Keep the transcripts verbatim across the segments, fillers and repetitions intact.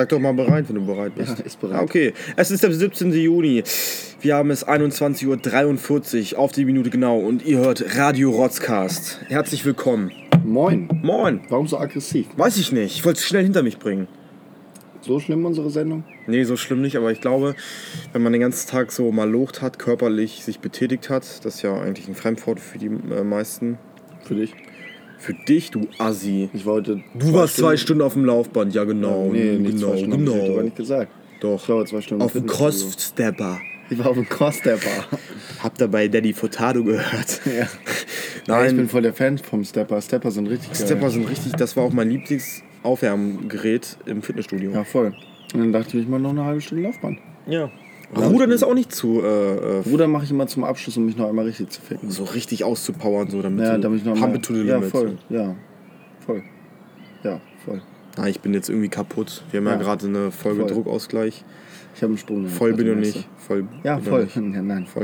Sag doch mal bereit, wenn du bereit bist. Ja, ist bereit. Okay, es ist der siebzehnten Juni. Wir haben es einundzwanzig Uhr dreiundvierzig auf die Minute genau und ihr hört Radio Rotzcast. Herzlich willkommen. Moin. Moin. Warum so aggressiv? Weiß ich nicht. Ich wollte es schnell hinter mich bringen. So schlimm unsere Sendung? Nee, so schlimm nicht, aber ich glaube, wenn man den ganzen Tag so mal locht hat, körperlich sich betätigt hat, das ist ja eigentlich ein Fremdwort für die äh, meisten. Für dich? Für dich, du Assi. Ich war heute Du warst Stunden zwei Stunden auf dem Laufband, ja genau. Nee, nicht genau, zwei Stunden, genau. hab ich aber nicht gesagt. Doch. Ich war zwei Stunden auf dem Cross-Stepper. Ich war auf dem Cross-Stepper. Habt ihr bei Daddy Furtado gehört? Ja. Nein, ich bin voll der Fan vom Stepper. Stepper sind richtig geil. Stepper sind richtig, das war auch mein Lieblingsaufwärmgerät im Fitnessstudio. Ja, voll. Und dann dachte ich mal noch eine halbe Stunde Laufbahn. Ja. Rudern ist auch nicht zu... Äh, Rudern mache ich immer zum Abschluss, um mich noch einmal richtig zu ficken. So richtig auszupowern, so damit ja, du damit ich noch Pump it to the ja, limit. voll. Ja, voll. Ja, voll. Ah, ich bin jetzt irgendwie kaputt. Wir haben ja, ja gerade eine Folge voll. Druckausgleich. Ich habe einen Sprung. Voll bin ich nicht. Voll ja, voll. Nicht. Ja, nein, voll.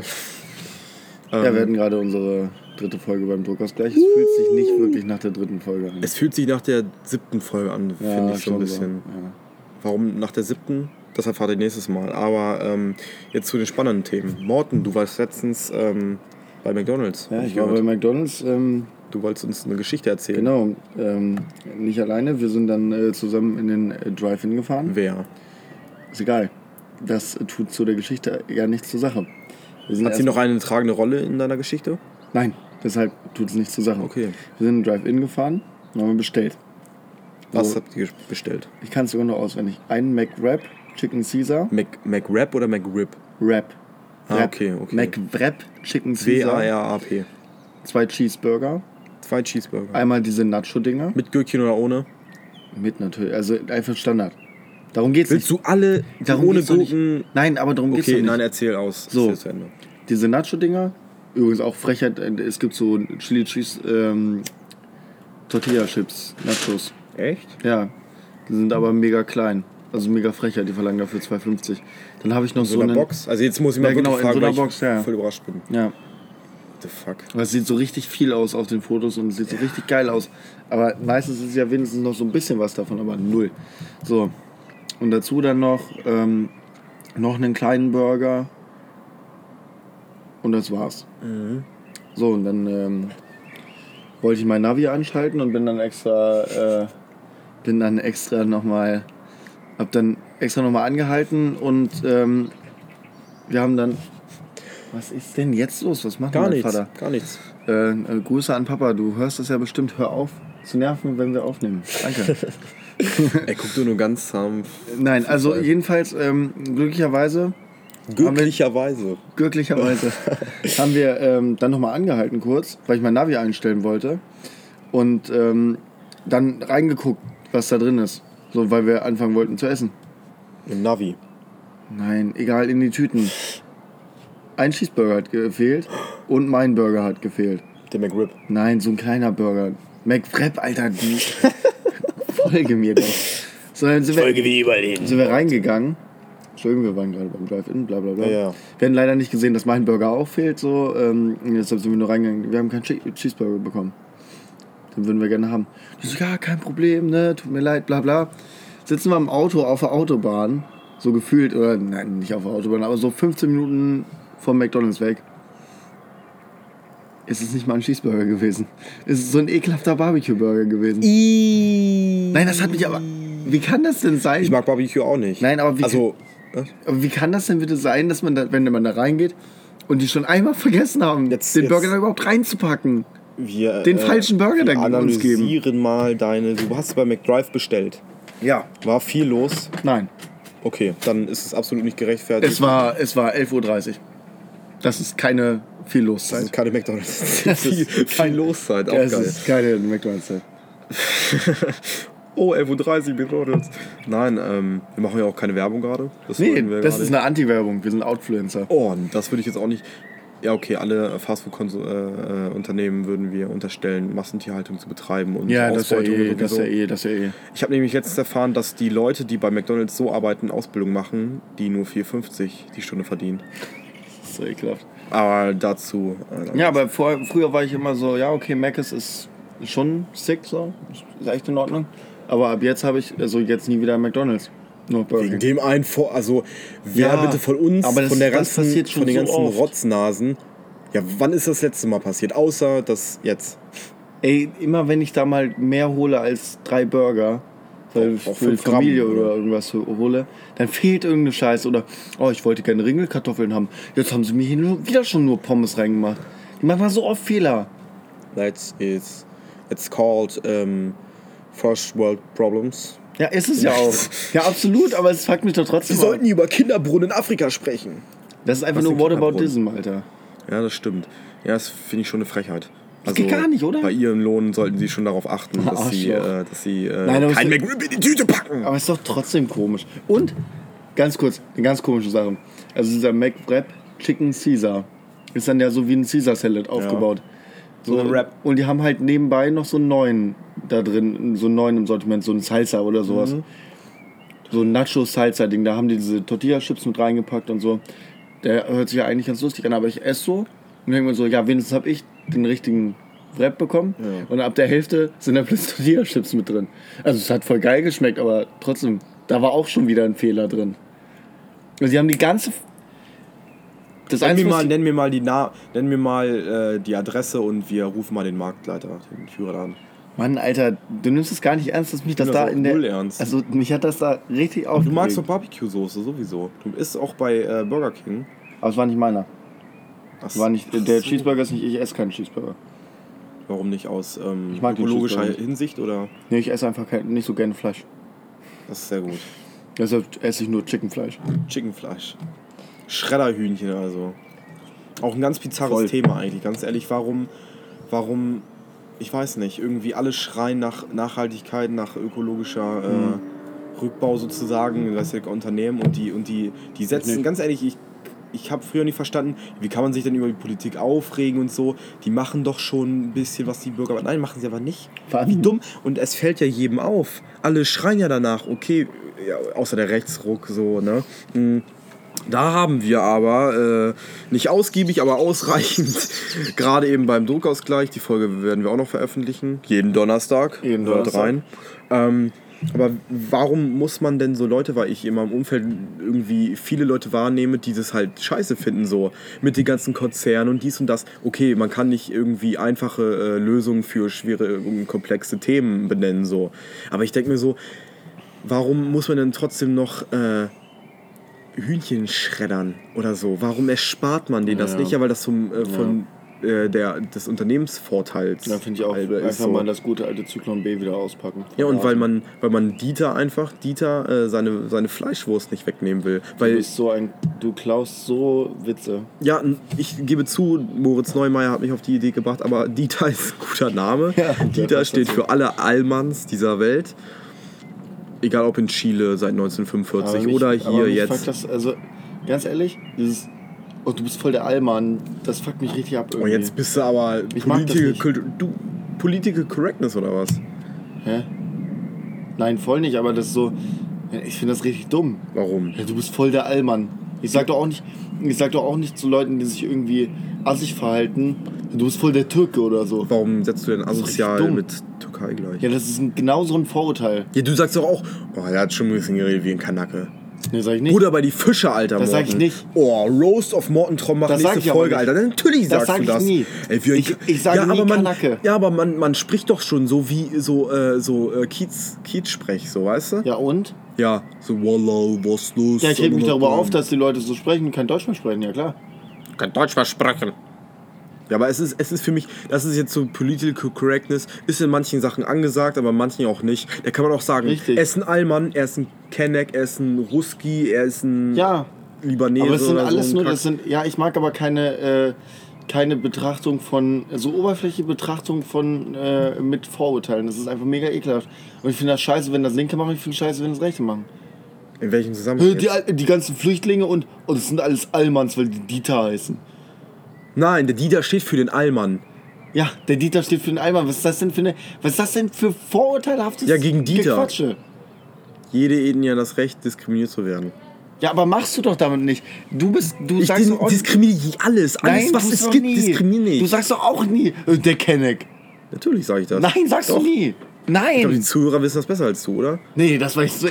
Ja, wir hatten gerade unsere dritte Folge beim Druckausgleich. Es uh. fühlt sich nicht wirklich nach der dritten Folge an. Es fühlt sich nach der siebten Folge an, ja, finde ich so ein bisschen. So. Ja. Warum nach der siebten? Das erfahrt ihr nächstes Mal. Aber ähm, jetzt zu den spannenden Themen. Morten, du warst letztens ähm, bei McDonald's. Ja, ich war bei McDonald's. Ähm, du wolltest uns eine Geschichte erzählen. Genau. Ähm, nicht alleine. Wir sind dann äh, zusammen in den äh, Drive-In gefahren. Wer? Ist egal. Das tut zu der Geschichte ja nichts zur Sache. Hat sie noch eine tragende Rolle in deiner Geschichte? Nein, deshalb tut es nichts zur Sache. Okay. Wir sind in den Drive-In gefahren und haben bestellt. Was so, habt ihr bestellt? Ich kann es sogar noch auswendig. Einen McWrap, Chicken Caesar. Mac, McWrap oder McRib? Wrap. Ah, okay, okay. McWrap, Chicken Caesar. W A R A P. Zwei Cheeseburger. Zwei Cheeseburger. Einmal diese Nacho-Dinger. Mit Gürkchen oder ohne? Mit natürlich, also einfach Standard. Darum geht's Willst nicht. du alle darum ohne Gurken? Nein, aber darum okay, geht's nicht. Okay, nein, erzähl aus. So, diese Nacho-Dinger, übrigens auch Frechheit, es gibt so Chili Cheese ähm, Tortilla-Chips, Nachos. Echt? Ja, die sind aber mega klein. Also mega Frechheit, die verlangen dafür zwei fünfzig. Dann habe ich noch in so, so einer einen, Box? Also jetzt muss ich mal ja, genau, fragen, in so einer weil Box, ich ja. voll überrascht bin. Ja. What the fuck? Das sieht so richtig viel aus auf den Fotos und es sieht so richtig geil aus. Aber meistens ist ja wenigstens noch so ein bisschen was davon, aber null. So. Und dazu dann noch, ähm, noch einen kleinen Burger. Und das war's. Mhm. So, und dann ähm, wollte ich mein Navi anschalten und bin dann extra, äh, bin dann extra nochmal, hab dann extra nochmal angehalten und ähm, wir haben dann, was ist denn jetzt los? Was macht gar mein nichts, Vater? Gar nichts. Äh, äh, Grüße an Papa, du hörst das ja bestimmt, hör auf zu nerven, wenn wir aufnehmen. Danke. Er guckt nur ganz sanft. Nein, also jedenfalls, ähm, glücklicherweise... Glücklicherweise. Glücklicherweise haben wir ähm, dann nochmal angehalten kurz, weil ich mein Navi einstellen wollte. Und ähm, dann reingeguckt, was da drin ist. So, weil wir anfangen wollten zu essen. Im Navi? Nein, egal, in die Tüten. Ein Cheeseburger hat gefehlt und mein Burger hat gefehlt. Der McRib? Nein, so ein kleiner Burger. McWrap, Alter, die Folge mir doch. So, dann sind Folge wir, wie überleben. Sind wir reingegangen. Entschuldigung, wir waren gerade beim Drive-In, bla bla bla. Ja, ja. Wir haben leider nicht gesehen, dass mein Burger auch fehlt, so. Ähm, deshalb sind wir nur reingegangen. Wir haben keinen che- Cheeseburger bekommen. Den würden wir gerne haben. Die so, ja, kein Problem, ne, tut mir leid, bla bla. Sitzen wir im Auto auf der Autobahn, so gefühlt, oder nein, nicht auf der Autobahn, aber so fünfzehn Minuten vom McDonald's weg. Es ist nicht mal ein Cheeseburger gewesen. Es ist so ein ekelhafter Barbecue-Burger gewesen. Iiii. Nein, das hat mich aber... Wie kann das denn sein? Ich mag Barbecue auch nicht. Nein, aber wie, also, aber wie kann das denn bitte sein, dass man da, wenn man da reingeht und die schon einmal vergessen haben, jetzt, den jetzt Burger da überhaupt reinzupacken? Wir, den äh, falschen Burger da uns geben. Wir analysieren mal deine... Du hast bei McDrive bestellt. Ja. War viel los? Nein. Okay, dann ist es absolut nicht gerechtfertigt. Es war, es war elf Uhr dreißig. Das ist keine viel Loszeit. Das ist keine McDonald's. Das ist viel, viel Loszeit, auch das geil. Das ist keine McDonald's-Zeit. Oh, elf Uhr dreißig McDonald's. Nein, ähm, wir machen ja auch keine Werbung gerade. Das nee, wir das gerade. ist eine Anti-Werbung. Wir sind Outfluencer. Oh, das würde ich jetzt auch nicht... Ja, okay, alle Fastfood-Unternehmen äh, würden wir unterstellen, Massentierhaltung zu betreiben und ja, das ist ja Ausbeutung eh, und das ist so. ja eh, das ist ja eh. Ich habe nämlich letztens erfahren, dass die Leute, die bei McDonald's so arbeiten, Ausbildung machen, die nur vier fünfzig die Stunde verdienen. Das ist so ekelhaft. Aber dazu... Äh, ja, aber vor, früher war ich immer so, ja, okay, Mc's ist schon sick, so, ist echt in Ordnung. Aber ab jetzt habe ich, also jetzt nie wieder McDonald's. No, Wegen dem einen vor, also wer Ja, bitte von uns, aber das- von, der das ganzen, passiert schon von den so ganzen oft. Rotznasen. Ja, wann ist das letzte Mal passiert? Außer das jetzt. Ey, immer wenn ich da mal mehr hole als drei Burger, weil ich Auch für die fünf Gramm, Familie oder? oder irgendwas hole, dann fehlt irgendeine Scheiße. Oder, oh, ich wollte gerne Ringelkartoffeln haben. Jetzt haben sie mir hier nur, wieder schon nur Pommes reingemacht. Die machen mal so oft Fehler. That's is, it's called um, First World Problems. Ja, ist es ja auch. Ja, absolut, aber es fuckt mich doch Wir trotzdem sollten auf. über Kinderbrunnen in Afrika sprechen. Das ist einfach Was nur sind Whataboutism, Alter. Ja, das stimmt. Ja, das finde ich schon eine Frechheit. Das geht gar nicht, oder? Bei ihrem Lohn sollten sie schon darauf achten, dass Arschloch. sie, äh, dass sie äh, Nein, aber kein es- McRib in die Tüte packen. Aber es ist doch trotzdem komisch. Und, ganz kurz, eine ganz komische Sache. Also dieser McWrap Chicken Caesar ist dann ja so wie ein Caesar Salad aufgebaut. So ein Wrap. Und die haben halt nebenbei noch so einen neuen da drin, so einen neuen im Sortiment, so einen Salsa oder sowas. Mhm. So ein Nacho-Salsa-Ding, da haben die diese Tortilla-Chips mit reingepackt und so. Der hört sich ja eigentlich ganz lustig an, aber ich esse so und denke mir so, ja, wenigstens habe ich den richtigen Wrap bekommen. Ja. Und ab der Hälfte sind da plötzlich Tortilla-Chips mit drin. Also es hat voll geil geschmeckt, aber trotzdem, da war auch schon wieder ein Fehler drin. Also sie haben die ganze... Das Nenn mir, Einzige, was mal, die- nenn mir mal die Na nenn mir mal äh, die Adresse und wir rufen mal den Marktleiter, den Führer an. Mann, Alter, du nimmst es gar nicht ernst, dass mich das das da auch in der... null ernst. Also mich hat das da richtig Du aufgeregt. magst doch Barbecue-Soße sowieso. Du isst auch bei äh, Burger King. Aber es war nicht meiner. Ach, War nicht, der so. Cheeseburger ist nicht, ich esse keinen Cheeseburger. Warum nicht? Aus ähm, Ich mag den ökologischer Cheeseburger nicht. Hinsicht oder? Nee, ich esse einfach kein, nicht so gerne Fleisch. Das ist sehr gut. Deshalb esse ich nur Chickenfleisch. Chickenfleisch. Schredderhühnchen also. Auch ein ganz bizarres Voll. Thema eigentlich. Ganz ehrlich, warum, warum, ich weiß nicht, irgendwie alle schreien nach Nachhaltigkeit, nach ökologischer äh, Mhm. Rückbau sozusagen, das ist ja Unternehmen und die, und die, die setzen, nicht. ganz ehrlich, ich, ich habe früher nicht verstanden, wie kann man sich denn über die Politik aufregen und so. Die machen doch schon ein bisschen, was die Bürger... Nein, machen sie aber nicht. Wann? Wie dumm. Und es fällt ja jedem auf. Alle schreien ja danach, okay, ja, außer der Rechtsruck so, ne? Mhm. Da haben wir aber äh, nicht ausgiebig, aber ausreichend, gerade eben beim Druckausgleich, die Folge werden wir auch noch veröffentlichen, jeden Donnerstag, Jeden hört Donnerstag. rein. Ähm, aber warum muss man denn so Leute, weil ich in meinem Umfeld irgendwie viele Leute wahrnehme, die das halt scheiße finden, so mit den ganzen Konzernen und dies und das. Okay, man kann nicht irgendwie einfache äh, Lösungen für schwere und komplexe Themen benennen, so. Aber ich denke mir so, warum muss man denn trotzdem noch... Äh, Hühnchen schreddern oder so. Warum erspart man denen das Ja. nicht? Ja, weil das zum, äh, von äh, der, des Unternehmensvorteils Da finde ich auch halber einfach ist so. mal das gute alte Zyklon B wieder auspacken. Ja, und weil man, weil man Dieter einfach, Dieter äh, seine, seine Fleischwurst nicht wegnehmen will. Du Weil, bist so ein... Du klaust so Witze. ja, ich gebe zu, Moritz Neumeier hat mich auf die Idee gebracht, aber Dieter ist ein guter Name. Ja, der Dieter passt steht dazu. für alle Allmanns dieser Welt. Egal ob in Chile seit neunzehnhundertfünfundvierzig mich- oder aber hier mich jetzt. fuckt das, also, ganz ehrlich, dieses... Oh, du bist voll der Allmann. Das fuckt mich richtig ab Und irgendwie. jetzt bist du aber Ich mag das Political, nicht. Cult- du, Political Correctness oder was? Hä? Nein, voll nicht, aber das ist so... Ich finde das richtig dumm. Warum? Ja, du bist voll der Allmann. Ich sag doch auch nicht, ich sag doch auch nicht zu Leuten, die sich irgendwie assig verhalten, du bist voll der Türke oder so. Warum setzt du denn ist richtig asozial dumm. mit Türkei gleich? Ja, das ist ein, genau so ein Vorurteil. Ja, du sagst doch auch, oh, er hat schon ein bisschen geredet wie ein Kanacke. Ne, sag ich nicht. Bruder, bei die Fische, Alter, Das sag Morten. ich nicht. Oh, Roast of Morten Trombach, Das sag nächste ich aber Folge, nicht. Alter. Natürlich Das sagst sag du ich das. nie. Ey, wir, Ich- ich sage ja, nie aber man, Kanacke. Ja, aber man, man spricht doch schon so wie so, äh, so äh, Kiez, Kiez-Sprech, so, weißt du? Ja, und? Ja, so, wallah, was los? Ja, ich reg mich darüber auf, dass die Leute so sprechen und kein Deutsch mehr sprechen, ja klar. Kein Deutsch mehr sprechen. Ja, aber es ist, es ist für mich, das ist jetzt so Political Correctness, ist in manchen Sachen angesagt, aber in manchen auch nicht. Da kann man auch sagen, Richtig. er ist ein Allmann, er ist ein Kenneck, er ist ein Ruski, er ist ein Ja, Libanese aber es sind oder alles so. ein nur, Kack. das sind, ja, ich mag aber keine, äh, keine Betrachtung von, so oberflächliche Betrachtung von, äh, mit Vorurteilen. Das ist einfach mega ekelhaft. Und ich finde das scheiße, wenn das Linke machen, ich finde scheiße, wenn das Rechte machen. In welchem Zusammenhang? Äh, Die, jetzt? Al- die ganzen Flüchtlinge und, und das sind alles Allmanns, weil die Dieter heißen. Nein, der Dieter steht für den Allmann. Ja, der Dieter steht für den Allmann. Was ist das denn für eine, was ist das denn für vorurteilhaftes Ja, gegen Dieter. Gequatsche? Jede Ethnie hat das Recht, diskriminiert zu werden. Ja, aber machst du doch damit nicht. Du bist, du Ich sagst dis doch auch, diskriminiere alles. Alles, nein, was tust es du gibt, nie. diskriminiere ich. Du sagst doch auch nie, äh, der Kenneck. Natürlich sage ich das. Nein, sagst Doch. du nie. Ich glaube, die Nein. Zuhörer wissen das besser als du, oder? Nee, das war ich so.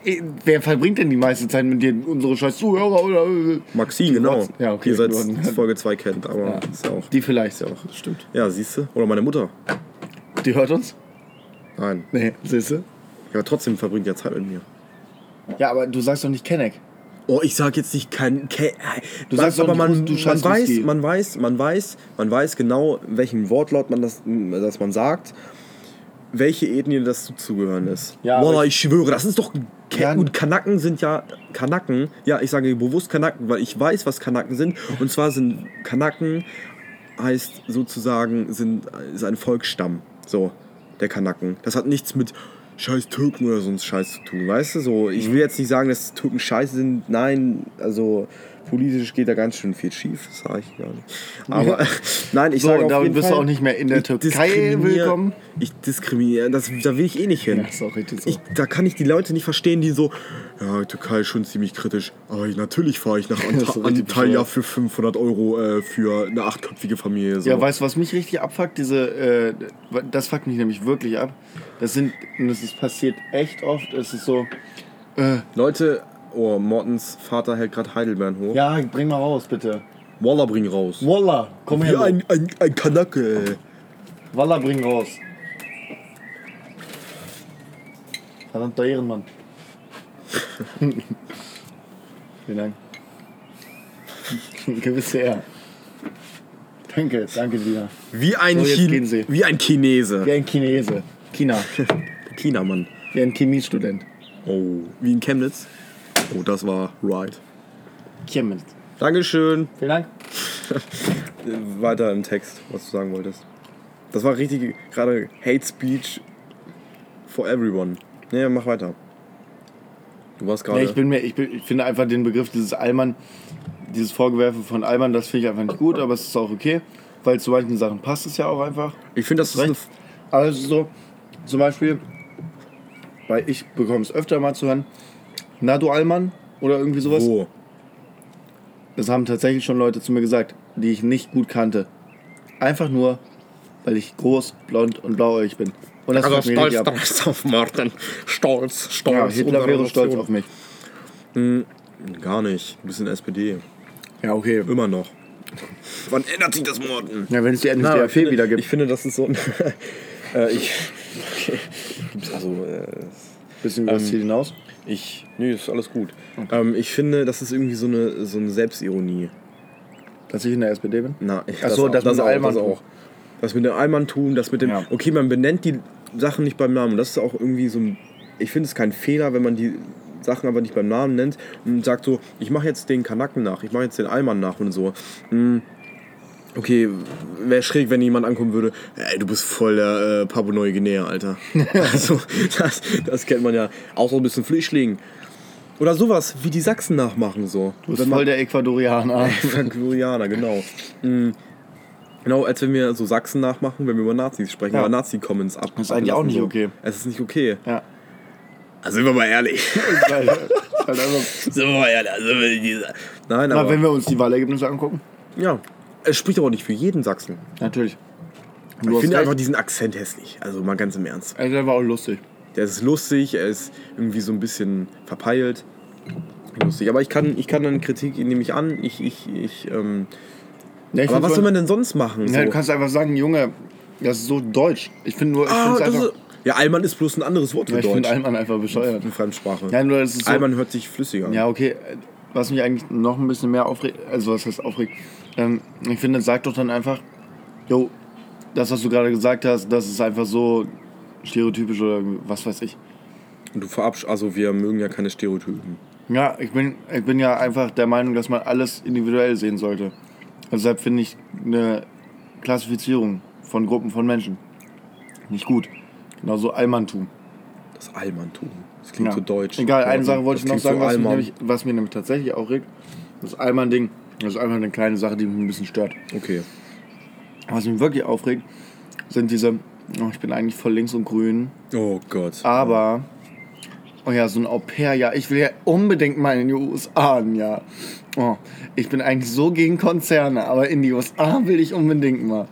wer verbringt denn die meiste Zeit mit dir? Unsere scheiß Zuhörer oder? Maxi, genau. Ja, okay. Die seit Nur- Folge zwei kennt, aber Ja. ist ja auch. Die vielleicht. Ist ja auch. Das stimmt. Ja, siehst du? Oder meine Mutter. Die hört uns? Nein. Nee, siehst du? Ja, aber trotzdem verbringt ja Zeit mit mir. Ja, aber du sagst doch nicht Kenneck. Oh, ich sag jetzt nicht kein. Ke Du sagst aber doch, man, du man scheiß weiß, Whisky. man weiß, man weiß, man weiß genau, welchen Wortlaut man das, das man sagt, welche Ethnie das zuzugehören ist. Ja, aber Wallah, ich- ich schwöre, das ist doch. Ke Ja, und Kanaken sind ja Kanaken. Ja, ich sage bewusst Kanaken, weil ich weiß, was Kanaken sind. Und zwar sind Kanaken heißt sozusagen sind ist ein Volksstamm. So der Kanaken. Das hat nichts mit scheiß Türken oder sonst Scheiß zu tun, weißt du? So, ich will jetzt nicht sagen, dass Türken scheiße sind. Nein, also politisch geht da ganz schön viel schief, das sage ich gar nicht. Aber nein, ich So, sage und auf damit jeden bist Fall, du auch nicht mehr in der ich Türkei diskriminiere- willkommen. Ich diskriminiere, das, da will ich eh nicht hin. Ja, ist auch richtig so. Ich, da kann ich die Leute nicht verstehen, die so, ja, Türkei ist schon ziemlich kritisch, aber ich, natürlich fahre ich nach Das ist so Anta richtig Antalya bescheuert. für fünfhundert Euro äh, für eine achtköpfige Familie. So. Ja, weißt du, was mich richtig abfuckt? Diese, äh, das fuckt mich nämlich wirklich ab. Das sind, und das ist passiert echt oft, es ist so, äh, Leute, oh, Mortens Vater hält gerade Heidelbeeren hoch. ja, bring mal raus, bitte. Wallah, bring raus. Wallah, komm her. Wie Mo. ein, ein, ein Kanake, ey. Wallah, bring raus. Verdammter Ehrenmann. Vielen Dank. Gewisse Ehr. Danke, danke dir. Wie ein, So, jetzt Chin gehen Sie. wie ein Chinese. Wie ein Chinese. China. China, Mann. Wie ein Chemiestudent. Oh, wie in Chemnitz. Oh, das war right. Chemnitz. Dankeschön. Vielen Dank. Äh, Weiter im Text, was du sagen wolltest. Das war richtig gerade Hate Speech for everyone. Nee, mach weiter. Du warst gerade. Nee, ich, bin mir, ich, bin, ich finde einfach den Begriff dieses Allmann, dieses Vorgewerfe von Allmann, das finde ich einfach nicht gut, aber es ist auch okay, weil zu manchen Sachen passt es ja auch einfach. Ich finde, das ist eine. Recht. Aber es ist so, zum Beispiel, weil ich bekomme es öfter mal zu hören, na du Allmann oder irgendwie sowas. Wo? Das haben tatsächlich schon Leute zu mir gesagt, die ich nicht gut kannte. Einfach nur, weil ich groß, blond und blauäugig bin. Und das Also fuckt mich stolz richtig ab. stolz auf Martin. Stolz, stolz. Ja, Hitler unserer wäre stolz Nation. auf mich. Gar nicht. Ein bisschen S P D. Ja, okay. Immer noch. Wann ändert sich das Morten? Ja, wenn es die N S Na, D A ich P finde- wieder gibt. Ich finde, das ist so ein. äh, ich. Okay. Gibt's also. Äh, Bisschen über das Ziel hinaus. ich. Nee, ist alles gut. Ähm, ich finde, das ist irgendwie so eine, so eine Selbstironie. Dass ich in der S P D bin? Na, ich, Ach so, das mit auch, Allmann das tun. auch. Das mit dem Allmann-Tum, das mit dem. Ja. Okay, man benennt die Sachen nicht beim Namen. Das ist auch irgendwie so ein. Ich finde es kein Fehler, wenn man die Sachen aber nicht beim Namen nennt und sagt so, ich mache jetzt den Kanaken nach, ich mache jetzt den Allmann nach und so. Hm. Okay, wäre schräg, wenn jemand ankommen würde, ey, du bist voll der äh, Papua-Neuguinea, Alter. Also, das, das kennt man ja. Auch so ein bisschen Flüchtling. Oder sowas, wie die Sachsen nachmachen, so. Du bist voll der Ecuadorianer. Glorianer, genau. Mhm. Genau, als wenn wir so Sachsen nachmachen, wenn wir über Nazis sprechen, Ja. über Nazi-Comments ab. Das ist eigentlich auch ablassen, nicht so. okay. Es ist nicht okay. Ja. Also sind wir mal ehrlich. Ist halt, ist halt einfach, sind wir mal ehrlich. Also, wenn dieser- Nein, na, aber. wenn wir uns die Wahlergebnisse angucken. ja. Es spricht aber auch nicht für jeden Sachsen. Natürlich. Ich Du hast finde recht. einfach diesen Akzent hässlich. Also mal ganz im Ernst. Also, der war auch lustig. Der ist lustig, er ist irgendwie so ein bisschen verpeilt. Lustig. Aber ich kann, ich kann dann Kritik, nehme ich an. Ich, ich, ich, ähm, Ja, ich aber find's was voll- soll man denn sonst machen? So? Ja, du kannst einfach sagen, Junge, das ist so deutsch. Ich finde nur, ich ah, finde das einfach. ist, ja, Allmann ist bloß ein anderes Wort Ja, für ich Deutsch. finde Allmann einfach bescheuert. Eine Fremdsprache. Ja, nur das ist so. Allmann hört sich flüssiger an. Ja, okay. Was mich eigentlich noch ein bisschen mehr aufregt, also was heißt aufregt, ähm, ich finde, sag doch dann einfach, jo, das, was du gerade gesagt hast, das ist einfach so stereotypisch oder was weiß ich. Und du verabsch, also wir mögen ja keine Stereotypen. Ja, ich bin, ich bin ja einfach der Meinung, dass man alles individuell sehen sollte. Also deshalb finde ich eine Klassifizierung von Gruppen von Menschen nicht gut. Genauso Allmanntum. Das Allmanntum. Das klingt Ja. so deutsch. Egal, eine Ja, Sache wollte ich das noch klingt sagen, so was, mich Allmann. nämlich, was mir nämlich tatsächlich auch regt. Das Allmann-Ding, das ist einfach eine kleine Sache, die mich ein bisschen stört. Okay. Was mich wirklich aufregt, sind diese, oh, ich bin eigentlich voll links und grün, Oh Gott. aber, oh ja, so ein Au-pair, ja, ich will ja unbedingt mal in die U S A, ja. Oh, ich bin eigentlich so gegen Konzerne, aber in die U S A will ich unbedingt mal.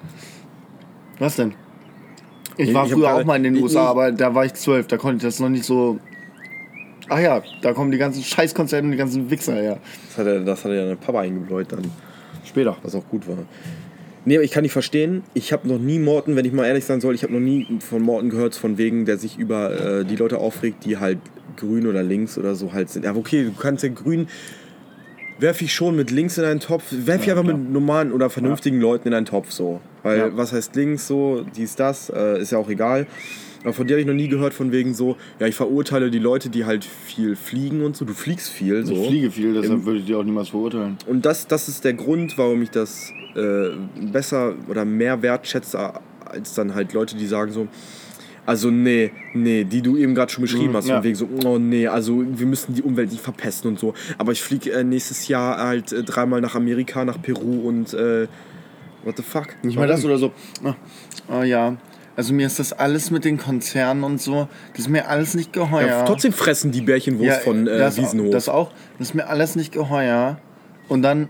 Was denn? Ich Ich- war ich hab früher gerade- auch mal in den ich- U S A, ich- aber da war ich zwölf, da konnte ich das noch nicht so Ach ja, da kommen die ganzen Scheißkonzerte und die ganzen Wichser her. Das hat er, das hat er ja der Papa eingebläut dann. Später. Was auch gut war. Nee, aber ich kann nicht verstehen. Ich habe noch nie Morten, wenn ich mal ehrlich sein soll, ich habe noch nie von Morten gehört, von wegen, der sich über äh, die Leute aufregt, die halt grün oder links oder so halt sind. Ja, okay, du kannst ja grün, werfe ich schon mit links in einen Topf, werfe ich Ja, einfach klar. mit normalen oder vernünftigen ja. Leuten in einen Topf so. Weil, Ja. was heißt links so, dies, das, äh, ist ja auch egal. Aber von dir habe ich noch nie gehört, von wegen so, ja, ich verurteile die Leute, die halt viel fliegen und so. Du fliegst viel, so. Ich fliege viel, deshalb Im, würde ich die auch niemals verurteilen. Und das, das ist der Grund, warum ich das äh, besser oder mehr wertschätze, als dann halt Leute, die sagen so, also nee, nee, die du eben gerade schon beschrieben hast, ja. von wegen so, oh nee, also wir müssen die Umwelt nicht verpesten und so. Aber ich fliege äh, nächstes Jahr halt äh, dreimal nach Amerika, nach Peru und äh, what the fuck? Nicht mal das oder so. Oh, oh ja. Also mir ist das alles mit den Konzernen und so, das ist mir alles nicht geheuer. Ja, trotzdem fressen die Bärchenwurst ja, von äh, das Wiesenhof. Auch, das auch, das ist mir alles nicht geheuer. Und dann,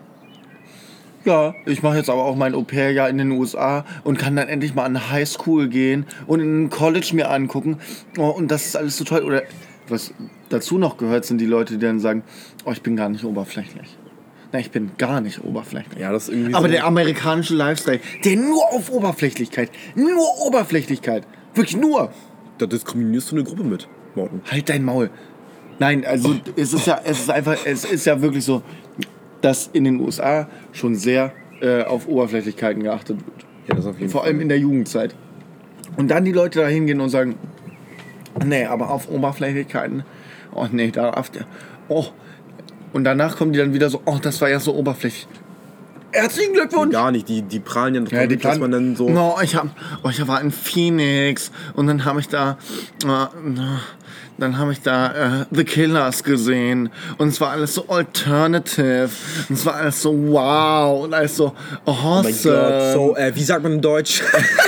ja, ich mache jetzt aber auch mein Au-pair-Jahr in den U S A und kann dann endlich mal an eine Highschool gehen und in ein College mir angucken. Oh, und das ist alles so toll. Oder was dazu noch gehört, sind die Leute, die dann sagen, oh, ich bin gar nicht oberflächlich. Nein, ich bin gar nicht oberflächlich. Ja, das ist irgendwie Aber so der amerikanische Lifestyle, der nur auf Oberflächlichkeit, nur Oberflächlichkeit, wirklich nur. Da diskriminierst du eine Gruppe mit, Morten. Halt dein Maul. Nein, also es ist ja, es ist einfach, es ist ja wirklich so, dass in den U S A schon sehr äh, auf Oberflächlichkeiten geachtet wird. Ja, das auf jeden Vor Fall. allem in der Jugendzeit. Und dann die Leute da hingehen und sagen, nee, aber auf Oberflächlichkeiten, oh nee, da darf der, oh. Und danach kommen die dann wieder so, oh, das war ja so oberflächlich. Herzlichen Glückwunsch! Gar nicht, die, die prahlen ja noch Ja, damit, die dass man dann so... No, ich, hab, oh, ich war in Phoenix und dann habe ich da, äh, dann habe ich da äh, The Killers gesehen und es war alles so alternative und es war alles so wow und alles so awesome. Oh mein Gott, so, äh, wie sagt man in Deutsch?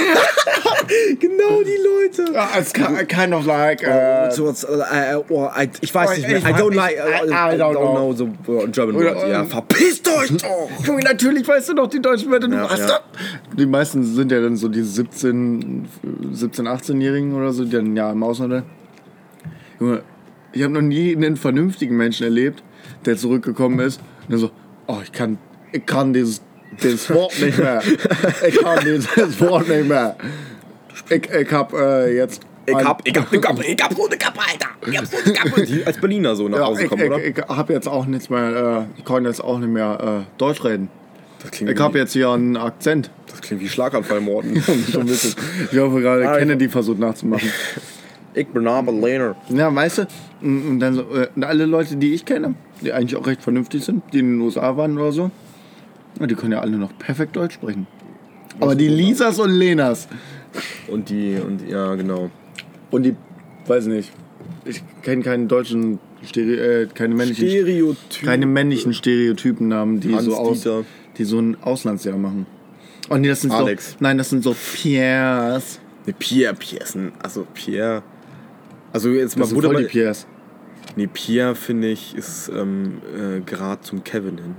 Genau die Leute. Ja, it's kind of like. Uh, so, uh, uh, I, ich weiß oh, nicht mehr. ich I don't weiß- like. Uh, I- I I don't don't know so uh, German Oder, Word. Ja, ähm, verpisst euch doch. Junge, natürlich weißt du noch die deutschen Wörter, du Ja, weißt ja. das. Die meisten sind ja dann so die siebzehn, siebzehn, achtzehnjährigen oder so, die dann ja im Ausland sind. Junge, ich habe noch nie einen vernünftigen Menschen erlebt, der zurückgekommen ist und dann so, oh, ich kann, ich kann dieses, dieses Wort nicht mehr. Ich kann dieses Wort nicht mehr. Ich, ich hab äh, jetzt... Ich ein- hab, ich hab, ich hab, ich hab so eine Kappe, Alter. Ich hab so eine Kappe. Die als Berliner so nach Ja, Hause ich, kommen, ich, oder? ich hab jetzt auch nichts mehr, äh, ich kann jetzt auch nicht mehr äh, Deutsch reden. Das klingt, Ich hab wie, jetzt hier einen Akzent. das klingt wie Schlaganfall, Morten. Schon witzig. Ich hoffe gerade, Ah, Kennedy versucht nachzumachen. Ich bin aber Lehner. Ja, weißt du, und dann so, äh, und alle Leute, die ich kenne, die eigentlich auch recht vernünftig sind, die in den U S A waren oder so, ja, die können ja alle noch perfekt Deutsch sprechen. Aber die Lisas und Lenas Und die, und ja, genau. und die, weiß nicht, ich kenne keinen deutschen, Stereo, äh, keine männlichen, Stereotyp. keine männlichen Stereotypennamen, die Hans so aus, Dieter. die so ein Auslandsjahr machen. Oh nee, das sind Alex. so, nein, das sind so Pierres. Ne, Pierre, Pierre ist ein, also Pierre. Also jetzt mal Das sind Bruder voll die bei, Pierres. Nee, Pierre, finde ich, ist ähm, äh, gerade zum Kevin hin.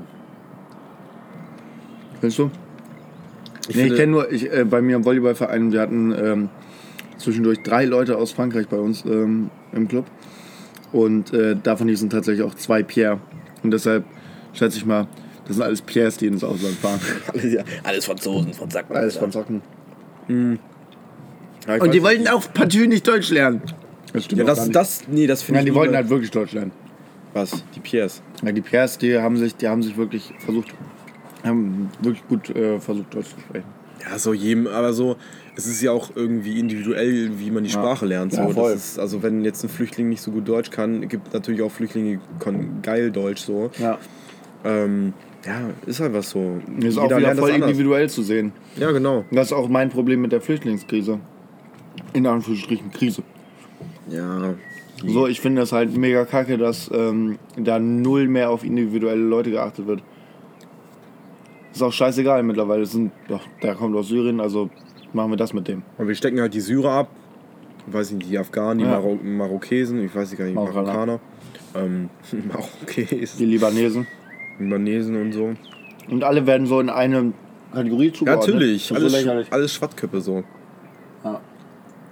Kennst du? Ich Nee, ich finde- kenne nur, ich, äh, bei mir im Volleyballverein, wir hatten ähm, zwischendurch drei Leute aus Frankreich bei uns ähm, im Club. Und äh, davon hier sind tatsächlich auch zwei Pierre. Und deshalb schätze ich mal, das sind alles Pierres, die ins Ausland fahren. Alles, ja, alles Franzosen, von Sacken. Alles von Socken. Ja, ich weiß Und die nicht. wollten auch partout nicht Deutsch lernen. Das stimmt Ja, auch gar das, nicht. das, nee, das finde Ja, ich. die wollten lieber- halt wirklich Deutsch lernen. Was? Die Pierres. Ja, die Pierres, die haben sich, die haben sich wirklich versucht, haben wirklich gut äh, versucht, Deutsch zu sprechen. Ja, so jedem, aber so, es ist ja auch irgendwie individuell, wie man die Sprache lernt. So. Ja, voll. Das ist, also wenn jetzt ein Flüchtling nicht so gut Deutsch kann, gibt natürlich auch Flüchtlinge, die können geil Deutsch so. Ja. Ähm, ja, ist einfach so. Das ist auch Jeder wieder lernt das voll anders. individuell zu sehen. Ja, genau. Und das ist auch mein Problem mit der Flüchtlingskrise. In Anführungsstrichen Krise. Ja. So, ich finde das halt mega kacke, dass ähm, da null mehr auf individuelle Leute geachtet wird. Ist auch scheißegal mittlerweile. Das sind, doch, der kommt aus Syrien, also machen wir das mit dem. Und wir stecken halt die Syrer ab. Ich weiß nicht, die Afghanen, die Ja. Maro Marokesen, ich weiß nicht gar nicht, Marokkaner. Marokkaner. Ähm, Marokesen, Die Libanesen. Libanesen und so. Und alle werden so in eine Kategorie Ja, zugeordnet. natürlich. Das ist Alles, so lächerlich. alles Schwattköppe so. Ja.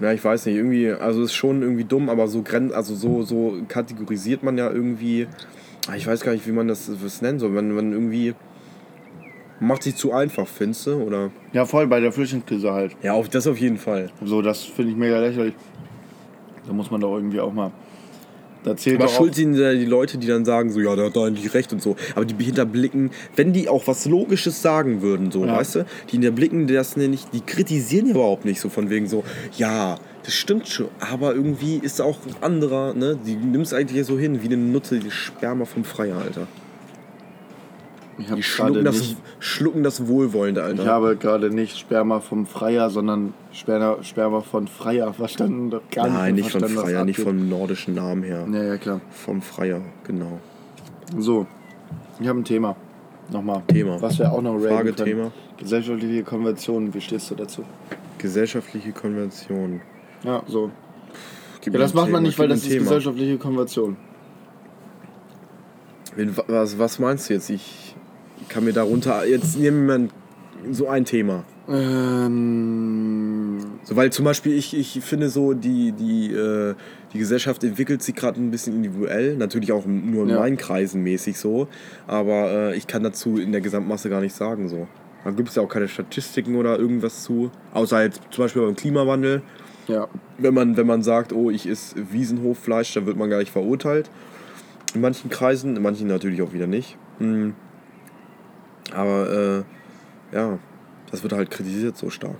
Ja, ich weiß nicht, irgendwie, also ist schon irgendwie dumm, aber so grenz, also so, so kategorisiert man ja irgendwie, ich weiß gar nicht, wie man das was nennen soll, wenn man irgendwie macht sich zu einfach, findest du, oder? Ja, voll, bei der Flüchtlingskrise halt. Ja, auf, das auf jeden Fall. So, das finde ich mega lächerlich. Da muss man doch irgendwie auch mal... Da zählt Aber doch schuld auch, sind ja die Leute, die dann sagen, so, ja, der hat da eigentlich recht und so. Aber die hinterblicken, wenn die auch was Logisches sagen würden, so, Ja. weißt du, die hinterblicken das nicht, die kritisieren ja überhaupt nicht so von wegen so, ja, das stimmt schon, aber irgendwie ist auch ein anderer, ne, die nimmst eigentlich so hin, wie eine Nutte, die Sperma vom Freier, Alter. ich habe Die gerade schlucken das, nicht... schlucken das wohlwollend, Alter. Ich habe gerade nicht Sperma vom Freier, sondern Sperma, Sperma von Freier verstanden. Das gar Nein, nicht, nicht von verstanden, was Freier, nicht abgeht. vom nordischen Namen her. Ja, ja, klar. Vom Freier, genau. So, ich habe ein Thema. Nochmal. Thema. Was wir auch noch raten Frage, können. Thema. Gesellschaftliche Konventionen, wie stehst du dazu? Gesellschaftliche Konvention. Ja, so. Gib Ja, mir das ein macht man Thema, nicht, weil gib mir das ein ist Thema. gesellschaftliche Konvention. Wen- Was, was meinst du jetzt? Ich kann mir darunter. Jetzt nehmen wir so ein Thema. Ähm, So, weil zum Beispiel ich, ich finde so, die, die, äh, die Gesellschaft entwickelt sich gerade ein bisschen individuell. Natürlich auch nur in Ja. meinen Kreisen mäßig so. Aber äh, ich kann dazu in der Gesamtmasse gar nicht sagen so. Da gibt es ja auch keine Statistiken oder irgendwas zu. Außer jetzt zum Beispiel beim Klimawandel. ja. Wenn man, wenn man sagt, oh, ich esse Wiesenhoffleisch, dann wird man gar nicht verurteilt. In manchen Kreisen, in manchen natürlich auch wieder nicht. Mhm. Aber äh, ja, das wird halt kritisiert so stark.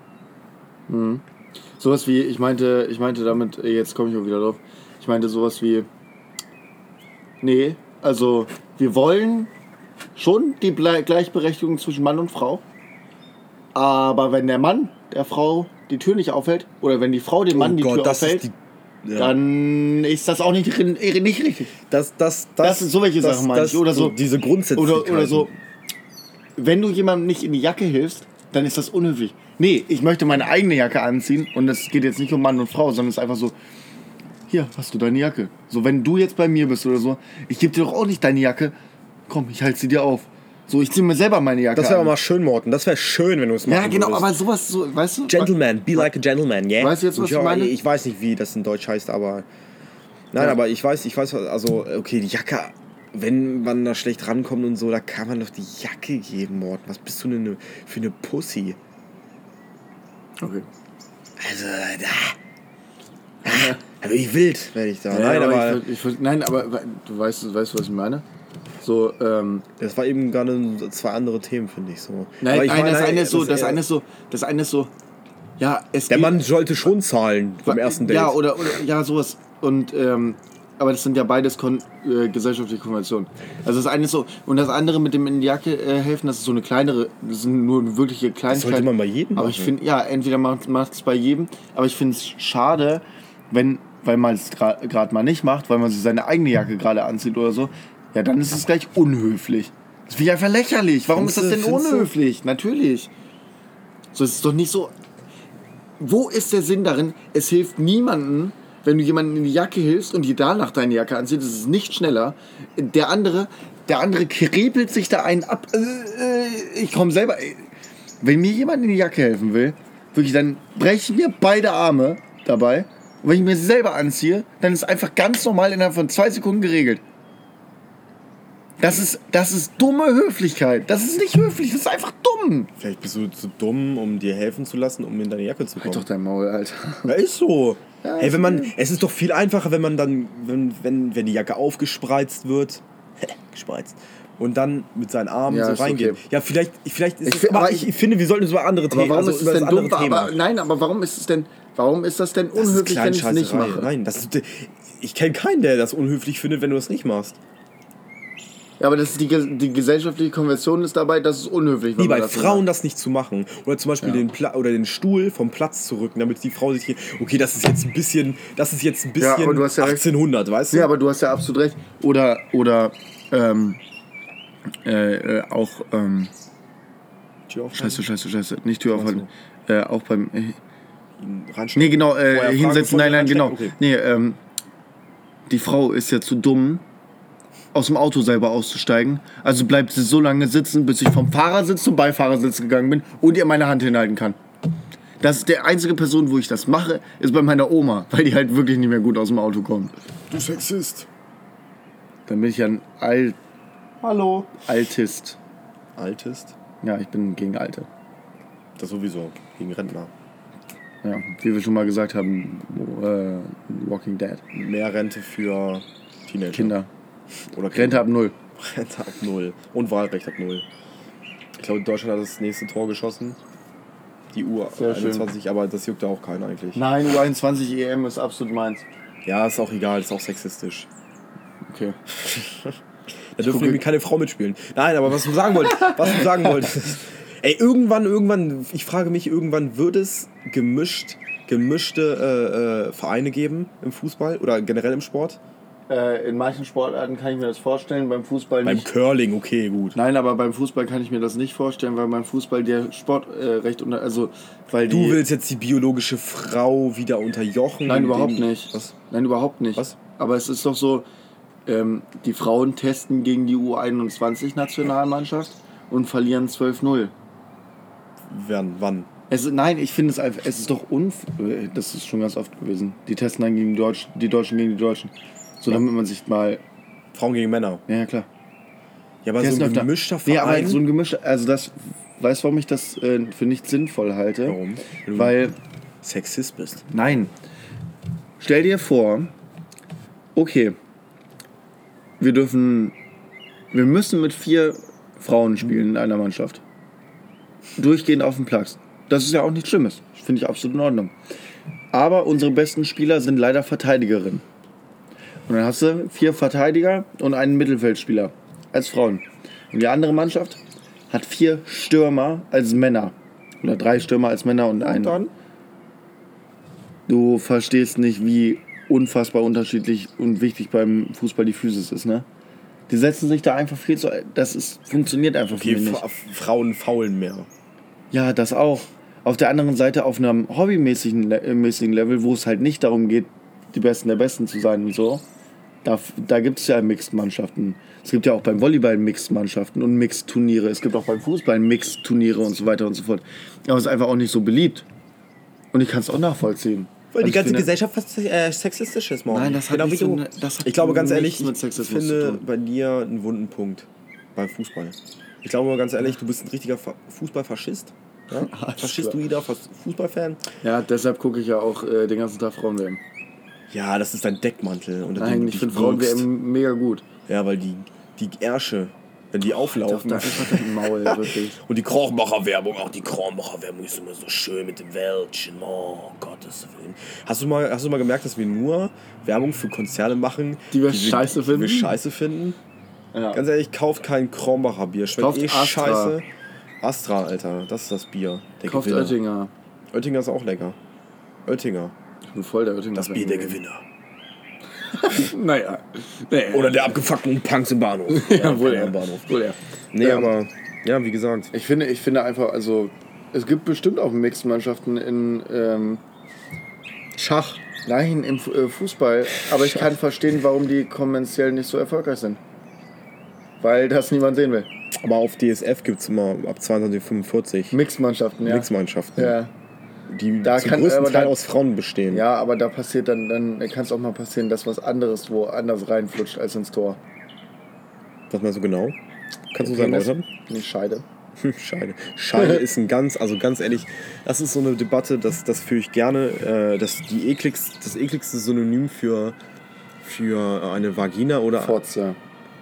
Mhm. Sowas wie, ich meinte, ich meinte damit, jetzt komme ich auch wieder drauf, ich meinte sowas wie, nee, also wir wollen schon die Ble- Gleichberechtigung zwischen Mann und Frau, aber wenn der Mann der Frau die Tür nicht aufhält, oder wenn die Frau dem Mann die Tür aufhält, ist die, ja. dann ist das auch nicht, rin- nicht richtig. das, das, das, Das sind so welche Sachen, meine ich. Oder so- diese Grundsätze. Oder, oder so, wenn du jemandem nicht in die Jacke hilfst, dann ist das unhöflich. Nee, ich möchte meine eigene Jacke anziehen und es geht jetzt nicht um Mann und Frau, sondern es ist einfach so, hier, hast du deine Jacke. So, wenn du jetzt bei mir bist oder so, ich gebe dir doch auch nicht deine Jacke, komm, ich halte sie dir auf. So, ich ziehe mir selber meine Jacke Das wäre an. mal schön, Morten. Das wäre schön, wenn du es machen Ja, genau, würdest. aber sowas, so, weißt du? Gentleman, be like a gentleman, yeah? Weißt du jetzt, was ja, ich meine? Ich weiß nicht, wie das in Deutsch heißt, aber... Nein, Ja. aber ich weiß, ich weiß, also, okay, die Jacke, wenn man da schlecht rankommt und so, da kann man doch die Jacke geben, Morten. Was bist du denn ne- für eine Pussy? Okay. Also, da... Aber wie wild werde ich da. Ja, nein, aber, aber ich, ich, nein, aber du weißt, du weißt, was ich meine? So, ähm, das war eben gerade zwei andere Themen, finde ich so. nein, aber ich nein, meine, das eine ist so, das äh, eine ist so, das eine ist so, ja, es Der geht- Mann sollte schon zahlen beim ersten Date. Ja, oder, oder ja, sowas. Und, ähm, aber das sind ja beides kon äh, gesellschaftliche Konventionen. Also das eine ist so, und das andere mit dem in die Jacke äh, helfen, das ist so eine kleinere, das sind nur eine wirkliche Kleinigkeit. sollte man bei jedem Aber machen. ich finde, ja, entweder macht es bei jedem, aber ich finde es schade, wenn, weil man es gerade mal nicht macht, weil man sich seine eigene Jacke gerade anzieht oder so, ja, dann ist es gleich unhöflich. Das finde ich einfach lächerlich. Warum Findest ist das du- denn findest du? unhöflich? Natürlich. So, es ist doch nicht so. Wo ist der Sinn darin? Es hilft niemandem, wenn du jemanden in die Jacke hilfst und dir danach deine Jacke anziehst. Das ist nicht schneller. Der andere, der andere kriebelt sich da einen ab. Äh, äh, Ich komme selber. Wenn mir jemand in die Jacke helfen will, wirklich, dann breche ich mir beide Arme dabei. Und wenn ich mir sie selber anziehe, dann ist einfach ganz normal innerhalb von zwei Sekunden geregelt. Das ist, das ist dumme Höflichkeit. Das ist nicht höflich, das ist einfach dumm. Vielleicht bist du zu dumm, um dir helfen zu lassen, um in deine Jacke zu kommen. Halt doch dein Maul, Alter. Ja, ist so. Ja, hey, ist wenn man, okay. es ist doch viel einfacher, wenn man dann, wenn, wenn, wenn die Jacke aufgespreizt wird, gespreizt, und dann mit seinen Armen Ja, so ist reingeht. okay. Ja, vielleicht, vielleicht ist Ich es, find- aber aber ich, ich- ich finde, wir sollten über andere Aber Themen, warum also ist es über das denn andere dumm? Thema. Aber, nein, aber warum ist es denn, warum ist das denn Das ist unhöflich, wenn ich es nicht Kleinscheißerei. mache? Nein, das ist, ich kenne keinen, der das unhöflich findet, wenn du das nicht machst. Ja, aber das ist die, ge- die gesellschaftliche Konvention ist dabei, das ist unhöflich. wenn Wie man bei das nicht Frauen macht. das nicht zu machen. Oder zum Beispiel Ja. den, Pla oder den Stuhl vom Platz zu rücken, damit die Frau sich hier. Okay, das ist jetzt ein bisschen. Das ist jetzt ein Ja, bisschen aber du hast ja recht. achtzehnhundert, weißt du? Ja, aber du hast ja absolut recht. Oder, oder, ähm, äh, äh, auch, ähm, Tür aufmachen, scheiße, scheiße, scheiße, nicht Tür Was aufhalten. Äh, auch beim, äh, ihn reinstecken. nee, genau, Vorher äh, fragen, hinsetzen, bevor nein, du nein, genau. reinsteckst? Okay. Nee, ähm, die Frau ist ja zu dumm, aus dem Auto selber auszusteigen. Also bleibt sie so lange sitzen, bis ich vom Fahrersitz zum Beifahrersitz gegangen bin und ihr meine Hand hinhalten kann. Das ist der einzige Person, wo ich das mache, ist bei meiner Oma, weil die halt wirklich nicht mehr gut aus dem Auto kommt. Du Sexist. Dann bin ich ja ein Al- Hallo. Altist. Altist? Ja, ich bin gegen Alte. Das sowieso, gegen Rentner. Ja, wie wir schon mal gesagt haben, äh, Walking Dead. Mehr Rente für Teenager. Kinder. Oder Kinder. Rente ab null. Rente ab null. Und Wahlrecht ab null. Ich glaube, Deutschland hat das nächste Tor geschossen. Die U einundzwanzig, aber das juckt ja auch keinen eigentlich. Nein, U einundzwanzig E M ist absolut meins. Ja, ist auch egal, ist auch sexistisch. Okay. Da dürfen nämlich keine Frau mitspielen. Nein, aber was du sagen wolltest, was du sagen wolltest. Ey, irgendwann, irgendwann, ich frage mich, irgendwann wird es gemischt, gemischte äh, äh, Vereine geben im Fußball oder generell im Sport? Äh, in manchen Sportarten kann ich mir das vorstellen, beim Fußball Beim nicht. Curling, okay, gut. Nein, aber beim Fußball kann ich mir das nicht vorstellen, weil beim Fußball der Sport äh, recht unter... Also, weil Du die, willst jetzt die biologische Frau wieder unterjochen? Nein, indem- überhaupt nicht. Was? Nein, überhaupt nicht. Was? Aber es ist doch so, ähm, die Frauen testen gegen die U einundzwanzig-Nationalmannschaft und verlieren zwölf null. Wann? Wann? Es, nein, ich finde es einfach, es ist doch unf... äh, Das ist schon ganz oft gewesen. Die testen dann gegen die Deutschen, die Deutschen gegen die Deutschen. So, damit man sich mal... Frauen gegen Männer. Ja, ja, klar. Ja, aber Der so ist ein öfter- gemischter Verein. Ja, aber so ein gemischter... Also das... Weißt du, warum ich das äh, für nicht sinnvoll halte? Warum? Weil du Weil... Sexist bist. Nein. Stell dir vor, okay, wir dürfen, wir müssen mit vier Frauen spielen in einer Mannschaft. Durchgehend auf dem Platz. Das ist ja auch nichts Schlimmes. Finde ich absolut in Ordnung. Aber unsere besten Spieler sind leider Verteidigerinnen. Und dann hast du vier Verteidiger und einen Mittelfeldspieler als Frauen. Und die andere Mannschaft hat vier Stürmer als Männer. Oder drei Stürmer als Männer und einen. Und dann? Du verstehst nicht, wie unfassbar unterschiedlich und wichtig beim Fußball die Physis ist, ne? Die setzen sich da einfach viel zu... Das ist, funktioniert einfach Okay, für mich Fra- nicht. Frauen faulen mehr. Ja, das auch. Auf der anderen Seite auf einem hobbymäßigen Le äh, mäßigen Level, wo es halt nicht darum geht, die Besten der Besten zu sein und so, da, da gibt es ja Mixed-Mannschaften. Es gibt ja auch beim Volleyball Mixed-Mannschaften und Mixed-Turniere. Es gibt auch beim Fußball Mixed-Turniere und so weiter und so fort. Aber es ist einfach auch nicht so beliebt. Und ich kann es auch nachvollziehen. Weil Also die ich ganze finde- Gesellschaft fast äh, sexistisch ist, morgen. Nein, das hat genau nicht wie so du. eine- das hat Ich glaube, ganz ehrlich, nichts mit ich Sexismus finde zu tun. bei dir einen wunden Punkt beim Fußball. Ich glaube, ganz ehrlich, du bist ein richtiger Fa- Fußballfaschist. Ja? Alles Faschistoider Fas- Fußballfan. Ja, deshalb gucke ich ja auch äh, den ganzen Tag Frauen-W M. Ja, das ist dein Deckmantel. unter dem Nein, du ich dich finde wirkst. Frauen-W M mega gut. Ja, weil die, die Ärsche, wenn die auflaufen. Da einfach dein Maul, wirklich. Und die Krombacher-Werbung, auch die Krombacher-Werbung ist immer so schön mit dem Wäldchen. Oh, Gottes Willen. Hast du, mal, hast du mal gemerkt, dass wir nur Werbung für Konzerne machen, Die wir scheiße finden? Die wir scheiße finden? Ja. Ganz ehrlich, kauft kein Krombacher Bier. Schmeckt Kauft eh Astra. scheiße. Astra, Alter, das ist das Bier. Der Kauft Gewinner. Oettinger. Oettinger ist auch lecker. Oettinger. Ich bin voll der Oettinger. Das Bier der Gewinner. Naja. Nee. Oder der abgefuckten Punks im Bahnhof. ja, wohl keiner er. im Bahnhof. Wohl er. Nee, Ja. aber, ja, wie gesagt. Ich finde, ich finde einfach, also, es gibt bestimmt auch Mixed-Mannschaften in, ähm, Schach. nein, im Fu- äh, Fußball. Aber ich kann verstehen, warum die kommerziell nicht so erfolgreich sind. Weil das niemand sehen will. Aber auf D S F gibt es immer ab zweiundzwanzig Uhr fünfundvierzig Mixed-Mannschaften, ja. Mixmannschaften, Ja. die Da zum kann- größten aber Teil da- aus Frauen bestehen. Ja, aber da passiert dann, dann kann es auch mal passieren, dass was anderes woanders reinflutscht als ins Tor. Was meinst du genau? Kannst du Okay, sagen, das- Leute? Nicht Scheide. Scheide. Scheide ist ein ganz, also ganz ehrlich, das ist so eine Debatte, das, das führe ich gerne. Äh, das, die ekligste, das ekligste Synonym für, für eine Vagina oder. Fotze.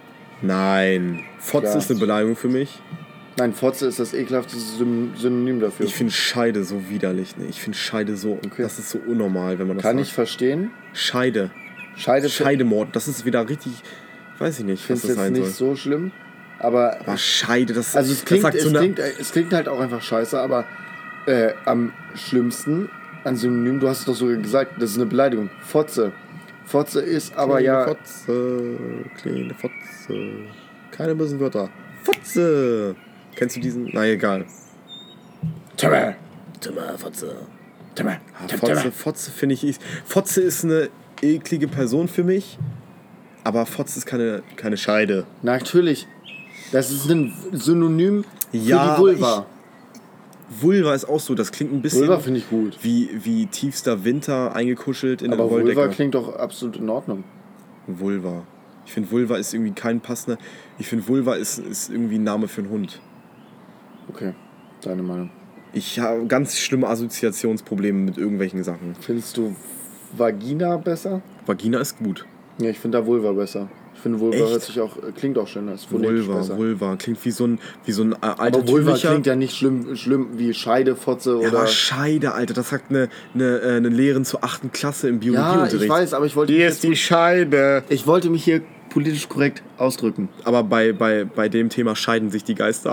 Nein. Fotze Ja. ist eine Beleidigung für mich. Nein, Fotze ist das ekelhafteste Syn- Synonym dafür. Ich finde Scheide so widerlich. Ne? Ich finde Scheide so. Okay. Das ist so unnormal, wenn man das Kann sagt. ich verstehen. Scheide. Scheide Scheidemord. Das ist wieder richtig. Weiß ich nicht, Ich was finde das es sein jetzt nicht soll. so schlimm. Aber, Aber Scheide, das, also es das klingt, sagt es, so eine, klingt, es klingt halt auch einfach scheiße, aber äh, am schlimmsten an Synonym, du hast es doch sogar gesagt, das ist eine Beleidigung. Fotze. Fotze ist aber kleine ja... Fotze, kleine Fotze. Keine bösen Wörter. Fotze. Kennst du diesen? Na egal. Timmer. Timmer, Fotze. Timmer. Ah, Fotze, Fotze finde ich. ist- Fotze ist eine eklige Person für mich. Aber Fotze ist keine, keine Scheide. Natürlich. Das ist ein Synonym Ja, für die Vulva. Vulva ist auch so, das klingt ein bisschen Vulva finde ich gut. Wie, wie tiefster Winter eingekuschelt in Aber der Wolldecke. Vulva klingt doch absolut in Ordnung. Vulva. Ich finde Vulva ist irgendwie kein passender. Ich finde Vulva ist, ist irgendwie ein Name für einen Hund. Okay, deine Meinung. Ich habe ganz schlimme Assoziationsprobleme mit irgendwelchen Sachen. Findest du Vagina besser? Vagina ist gut. Ja, ich finde da Vulva besser. Ich finde Vulva Echt? hört sich auch, klingt auch schöner. Ist phonetisch Vulva, besser. Vulva. Klingt wie so ein, wie so ein Aber altertümlicher... Vulva klingt ja nicht schlimm, schlimm wie Scheide, Fotze Ja, oder... aber Scheide, Alter. Das sagt eine, eine, eine Lehrerin zur achten Klasse im Ja, Biologieunterricht. ich weiß, aber ich wollte... mich jetzt- Scheide. Ich wollte mich hier politisch korrekt ausdrücken. Aber bei, bei, bei dem Thema scheiden sich die Geister.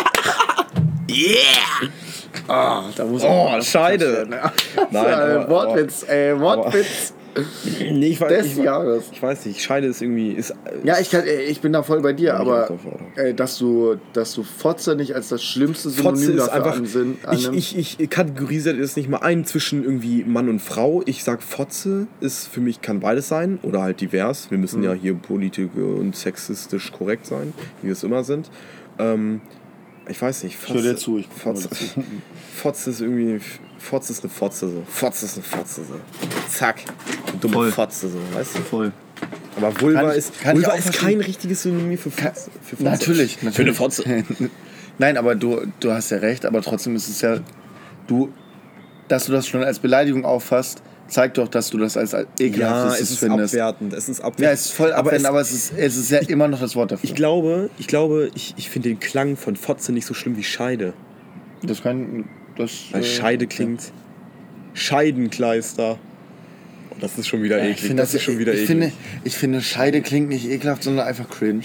Yeah! Ah, da muss Oh, Scheide. Nein, Nein, aber- Wortwitz, ey, Wortwitz Nee, ich weiß, des ich, Jahres. ich weiß nicht. Scheide ist irgendwie... Ist, Ja, ich, kann, ey, ich bin da voll bei dir, bin ich aber auch davor. ey, dass, du, dass du Fotze nicht als das schlimmste Synonym Fotze ist dafür einfach. ansinn, Ich, annimmst. ich, ich kategorisiere das nicht mal ein zwischen irgendwie Mann und Frau. Ich sag, Fotze ist für mich, kann beides sein oder halt divers. Wir müssen Mhm. ja hier politisch und sexistisch korrekt sein, wie wir es immer sind. Ähm, ich weiß nicht. Ich höre dir zu, ich guck mal Fotze, dazu. Fotze ist irgendwie. Fotze ist eine Fotze so. Fotze ist eine Fotze so. Zack. Eine dumme Voll. Fotze so, weißt du? Voll. Aber Vulva Kann ich- ist, kann ich Vulva auch ist verstehen. kein richtiges Synonym für Fotze. Für Fotze. Natürlich, Für eine natürlich. Fotze. Nein, aber du, du hast ja recht, aber trotzdem ist es ja, du, dass du das schon als Beleidigung auffasst, zeigt doch, dass du das als Ja, ekelhaftes es ist findest. abwertend. Es ist abwertend. Ja, es ist voll aber abwertend, es, aber es ist, es ist ja immer noch das Wort dafür. ich glaube, ich, glaube, ich, ich finde den Klang von Fotze nicht so schlimm wie Scheide. das kann, das... Weil äh, Scheide klingt Scheidenkleister. Oh, das ist schon wieder Ja, eklig. ich finde, das ist schon wieder ich eklig. finde, ich finde, Scheide klingt nicht ekelhaft, sondern einfach cringe.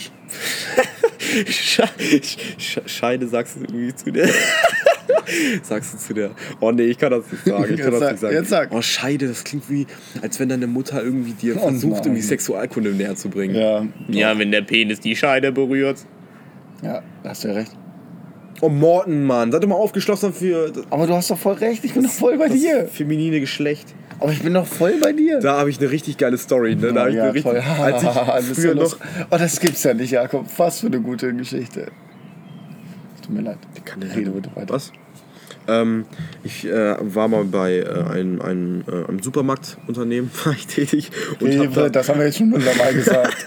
Sche- Sche- Scheide sagst du irgendwie zu der. Sagst du zu der. Oh nee, ich kann das nicht sagen. Ich kann Jetzt das sag- nicht sagen. jetzt sag. Oh, Scheide, das klingt wie, als wenn deine Mutter irgendwie dir Oh versucht, nein. irgendwie Sexualkunde näher zu bringen. Ja, Ja, wenn der Penis die Scheide berührt. ja, da hast du ja recht. Oh, Morten, Mann. Sei doch mal aufgeschlossen für das, Aber du hast doch voll recht, ich bin doch voll bei das dir. feminine Geschlecht. Aber ich bin doch voll bei dir. Da habe ich eine richtig geile Story. Ne? Da hab ich ja, eine richtig, toll. als ich Das ist früher ja noch... lustig. Oh, das gibt's ja nicht, Jakob. Was für eine gute Geschichte. Tut mir leid. Kann der Rede bitte weiter. Was? Ähm, ich äh, war mal bei äh, einem, einem, äh, einem Supermarktunternehmen war ich tätig und, hab Rewe, da, das haben wir jetzt schon hundertmal gesagt.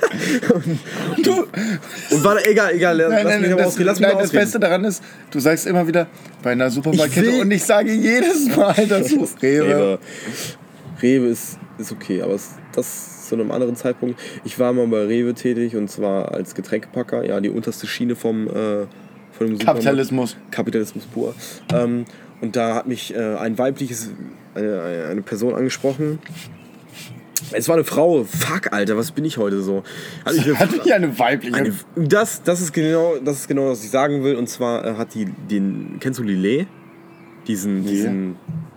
du, und war da, egal, egal, lass nein, nein, mich aber das, ausreden, lass mich nein mal das ausreden. Beste daran ist, du sagst immer wieder bei einer Ich Supermarktkette will- und ich sage jedes Mal dazu Rewe. Rewe. Rewe ist, ist okay, aber es, das zu einem anderen Zeitpunkt. Ich war mal bei Rewe tätig und zwar als Getränkepacker, ja, die unterste Schiene vom, äh, von dem Supermarkt. Kapitalismus. Kapitalismus pur. Ähm, und da hat mich äh, ein weibliches, eine, eine Person angesprochen. Es war eine Frau. Fuck, Alter, was bin ich heute so? Hat mich eine, Hatte ich eine weibliche. eine, das, das, ist genau, das ist genau, was ich sagen will. Und zwar äh, hat die den. Kennst du Lillet? Diesen. Nee. diesen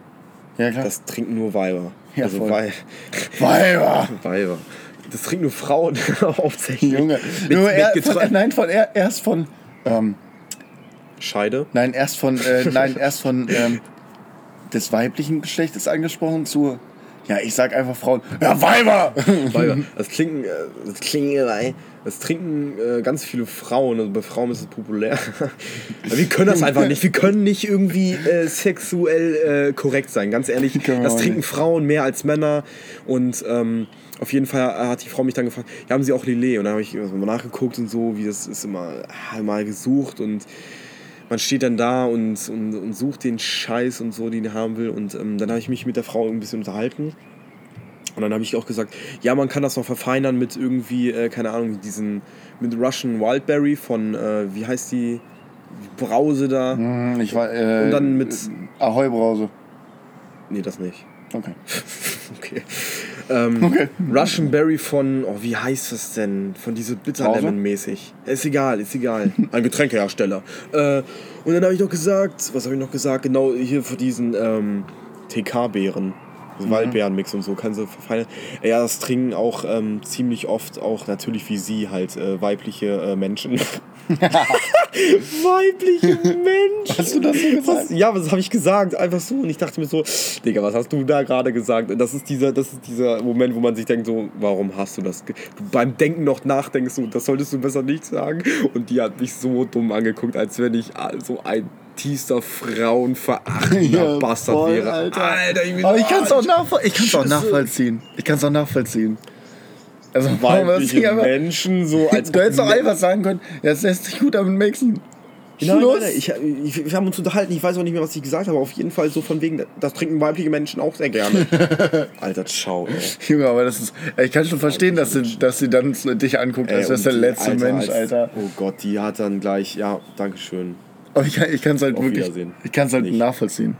ja, klar. das trinken nur Weiber. Ja, also voll. Wei Weiber. Weiber. Das trinken nur Frauen hauptsächlich. Junge. Mit, Nur mit er, Getreu- von, nein, von er, erst von. Ähm, Scheide. nein, erst von. Äh, nein, erst von. Ähm, des weiblichen Geschlechtes angesprochen zu. Ja, ich sag einfach Frauen. Ja, Weiber! Weiber. Das klingt, äh, das klingt, äh, das trinken äh, ganz viele Frauen. Also bei Frauen ist es populär. Aber wir können das einfach nicht. Wir können nicht irgendwie äh, sexuell äh, korrekt sein. Ganz ehrlich, Können wir das auch trinken nicht. Frauen mehr als Männer. Und ähm, auf jeden Fall hat die Frau mich dann gefragt, ja, haben Sie auch Lillet? Und dann habe ich so mal nachgeguckt und so, wie das ist immer ah, mal gesucht und man steht dann da und, und, und sucht den Scheiß und so, den er haben will. Und ähm, dann habe ich mich mit der Frau ein bisschen unterhalten. Und dann habe ich auch gesagt, ja, man kann das noch verfeinern mit irgendwie, äh, keine Ahnung, diesen, mit Russian Wildberry von, äh, wie heißt die Brause da? Hm, ich war. Äh, Und dann mit- Ahoi Brause. Nee, das nicht. Okay. Okay. Ähm, Okay. Russian Berry von, oh, wie heißt das denn? Von diese Bitterlemon-mäßig. Ist egal, ist egal. Ein Getränkehersteller. Äh, und dann habe ich noch gesagt, was habe ich noch gesagt? Genau, hier für diesen ähm, T K-Beeren. Also Waldbeerenmix und so, kann sie verfeinern. Ja, das trinken auch ähm, ziemlich oft auch natürlich wie sie halt äh, weibliche äh, Menschen. Weibliche Menschen. Hast du das so gesagt? Was, ja, was habe ich gesagt? Einfach so. Und ich dachte mir so, Digga, was hast du da gerade gesagt? Und das ist dieser, das ist dieser Moment, wo man sich denkt, so, warum hast du das? Ge du beim Denken noch nachdenkst, so, das solltest du besser nicht sagen. Und die hat mich so dumm angeguckt, als wenn ich so ein tiefster frauenverachtender Ja, Bastard voll, wäre. Alter. Alter, ich bin Aber so, ich kann es ah, auch, nachvoll- ich kann's auch Scheiße. nachvollziehen. Ich kann es auch nachvollziehen. Also, warum hast du Weibliche nicht einfach- Menschen so als Du hättest doch einfach sagen können, ja, es lässt sich gut damit mixen. Nein, Schluss. nein, nein, ich, ich, wir haben uns unterhalten, ich weiß auch nicht mehr, was ich gesagt habe, aber auf jeden Fall so von wegen, das trinken weibliche Menschen auch sehr gerne. Alter, ciao, ey. Junge, aber das ist. Ich kann schon verstehen, dass sie, dass sie dann so dich anguckt, als Ey, wärst der und die, letzte Mensch, als, Alter. Oh Gott, die hat dann gleich, ja, dankeschön. Aber ich kann ich kann's halt Auf wirklich. Wiedersehen. Ich kann es halt Nicht. nachvollziehen.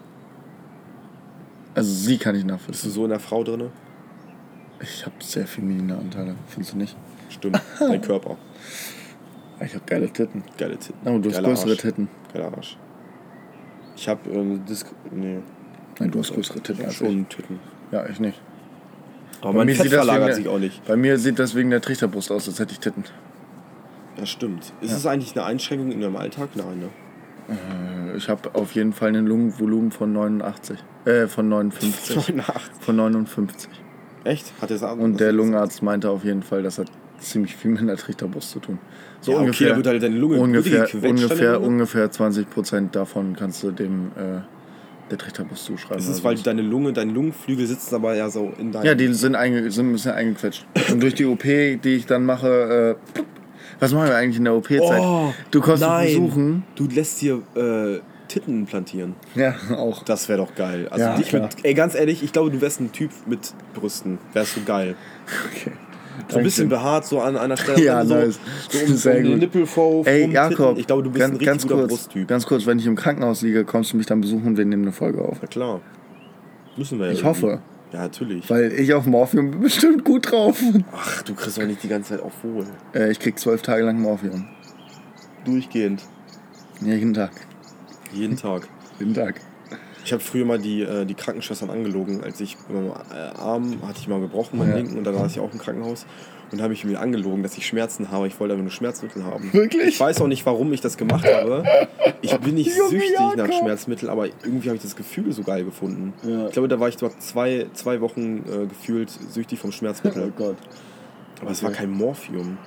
Also sie kann ich Bist nachvollziehen. du so in der Frau drin? Ich habe sehr feminine Anteile, findest du nicht? Stimmt, dein Körper. Ich habe geile Titten. Geile Titten. Oh, du hast Geiler größere Arsch. Titten. Geiler Arsch. Ich hab, ähm, Dis nee. Nein, du hast größere Titten als ich. Schon Titten. Ja, ich nicht. Aber Bei mein mir Fett sieht das verlagert wegen sich der- auch nicht. Bei mir sieht das wegen der Trichterbrust aus, als hätte ich Titten. Ja, stimmt. Ist Ja. es eigentlich eine Einschränkung in deinem Alltag? Nein, ne? Äh, Ich habe auf jeden Fall ein Lungenvolumen von neunundachtzig. Äh, von neunundfünfzig. neunundachtzig. Von neunundfünfzig. Echt? Hat er sagen? Und der Lungenarzt meinte auf jeden Fall, das hat ziemlich viel mit der Trichterbrust zu tun. So Ja, okay, ungefähr, da wird halt deine Lunge ungefähr, wird die gequetscht, ungefähr, deine Lunge? ungefähr zwanzig Prozent davon kannst du dem äh, der Trichterbrust zuschreiben. Es ist, oder weil so. deine Lunge, deine Lungenflügel sitzen aber ja so in deinem... Ja, die sind, einge sind ein bisschen eingequetscht. Und durch die O P, die ich dann mache, äh, was machen wir eigentlich in der O P-Zeit? Oh, du kannst nein. besuchen. Du lässt dir äh, Titten implantieren. Ja, auch. Das wäre doch geil. Also Ja, dich klar. mit, ey, ganz ehrlich, ich glaube, du wärst ein Typ mit Brüsten. Wärst du geil. Okay. So ein bisschen behaart, so an einer Stelle. Ja, so, nice. so um, Sehr um den gut. Nippel vor, Ey, um Jakob, Titten. Ich glaube, du bist ganz, ein richtig ganz guter kurz, Brusttyp. ganz kurz, wenn ich im Krankenhaus liege, kommst du mich dann besuchen und wir nehmen eine Folge auf. Na klar. Müssen wir ja Ich irgendwie. hoffe, Ja, natürlich. weil ich auf Morphium bin bestimmt gut drauf. Ach, du kriegst doch nicht die ganze Zeit auf wohl. Äh, ich krieg zwölf Tage lang Morphium. Durchgehend. Ja, jeden Tag. Jeden Tag. Jeden Tag. Ich habe früher mal die, äh, die Krankenschwestern angelogen, als ich meinen äh, Arm hatte ich mal gebrochen, meinen Ja. linken, und dann saß ich auch im Krankenhaus und habe ich mir angelogen, dass ich Schmerzen habe. Ich wollte aber nur Schmerzmittel haben. Wirklich? Ich weiß auch nicht, warum ich das gemacht habe. Ich bin nicht Junge süchtig nach Jakob. Schmerzmitteln, aber irgendwie habe ich das Gefühl so geil gefunden. Ja. Ich glaube, da war ich dort zwei, zwei Wochen äh, gefühlt süchtig vom Schmerzmittel. Oh Gott. Aber es war kein Morphium.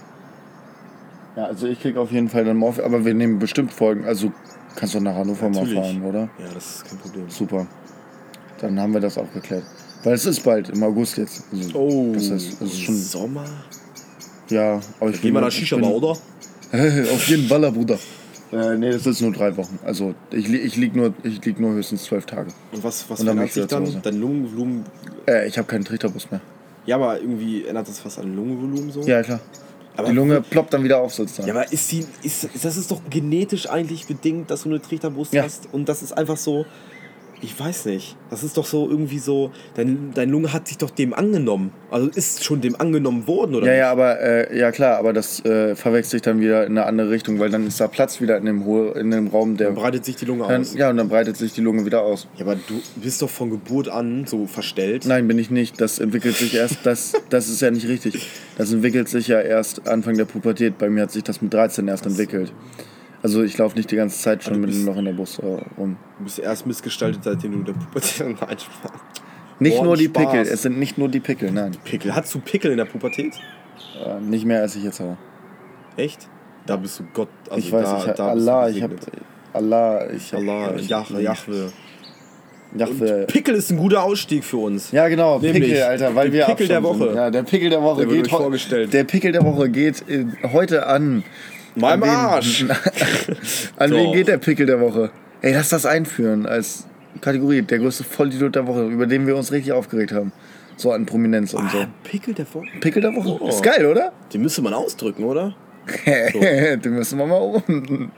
Ja, also ich krieg auf jeden Fall dann Morphium, aber wir nehmen bestimmt Folgen. Also kannst du nach Hannover mal Natürlich. fahren, oder? Ja, das ist kein Problem. Super. Dann haben wir das auch geklärt. Weil es ist bald, im August jetzt. Also, Oh, das ist, das ist schon. Sommer? Ja, aber ich Gehen wir bin- nach ich Shisha-Bar, bin- oder? Auf jeden Fall, Bruder. Äh, nee, das ist nur drei Wochen. Also ich, li- ich lieg nur, ich lieg nur höchstens zwölf Tage. Und was, was Und dann bin verändert ich sich wieder zu dann? Hause. Dein Lungenvolumen? Äh, ich habe keinen Trichterbrust mehr. Ja, aber irgendwie ändert das was an Lungenvolumen so? Ja, klar. Aber Die Lunge ploppt dann wieder auf sozusagen. Ja, aber ist die, ist, ist, das ist doch genetisch eigentlich bedingt, dass du eine Trichterbrust Ja. hast. Und das ist einfach so, ich weiß nicht. Das ist doch so irgendwie so, dein, deine Lunge hat sich doch dem angenommen. Also ist schon dem angenommen worden, oder Ja, nicht? ja, aber äh, ja klar, aber das äh, verwechselt sich dann wieder in eine andere Richtung, weil dann ist da Platz wieder in dem, Ho in dem Raum, der. Dann breitet sich die Lunge Dann, aus. ja, und dann breitet sich die Lunge wieder aus. Ja, aber du bist doch von Geburt an so verstellt. Nein, bin ich nicht. Das entwickelt sich erst, das, das ist ja nicht richtig. Das entwickelt sich ja erst Anfang der Pubertät. Bei mir hat sich das mit dreizehn erst entwickelt. Also ich laufe nicht die ganze Zeit schon Also mit bist- einem Loch in der Brust äh, rum. Du bist erst missgestaltet, seitdem du in der Pubertät... Nein, Spaß. Nicht Boah, nur die Spaß. Pickel, es sind nicht nur die Pickel, nein. Pickel. Hattest du Pickel in der Pubertät? Äh, nicht mehr als ich jetzt habe. Echt? Da bist du Gott... Also ich weiß, da, ich hab, da bist du Allah, ich hab, gesegnet. Allah, ich hab, Allah, ich, Jahwe, Jahwe. Jahwe. Pickel ist ein guter Ausstieg für uns. Ja, genau, Nämlich Pickel, Alter, weil der wir Pickel der Abstand Woche. sind. Ja, der Pickel der Woche Der wird geht euch heu- vorgestellt. Der Pickel der Woche geht äh, heute an. Meinem an wen- Arsch! An wen Doch. geht der Pickel der Woche? Ey, lass das einführen als Kategorie. Der größte Vollidiot der Woche, über den wir uns richtig aufgeregt haben. So an Prominenz und so. Ah, Pickel der Woche? Pickel der Woche? Oh. Ist geil, oder? Den müsste man ausdrücken, oder? Den müssen wir mal unten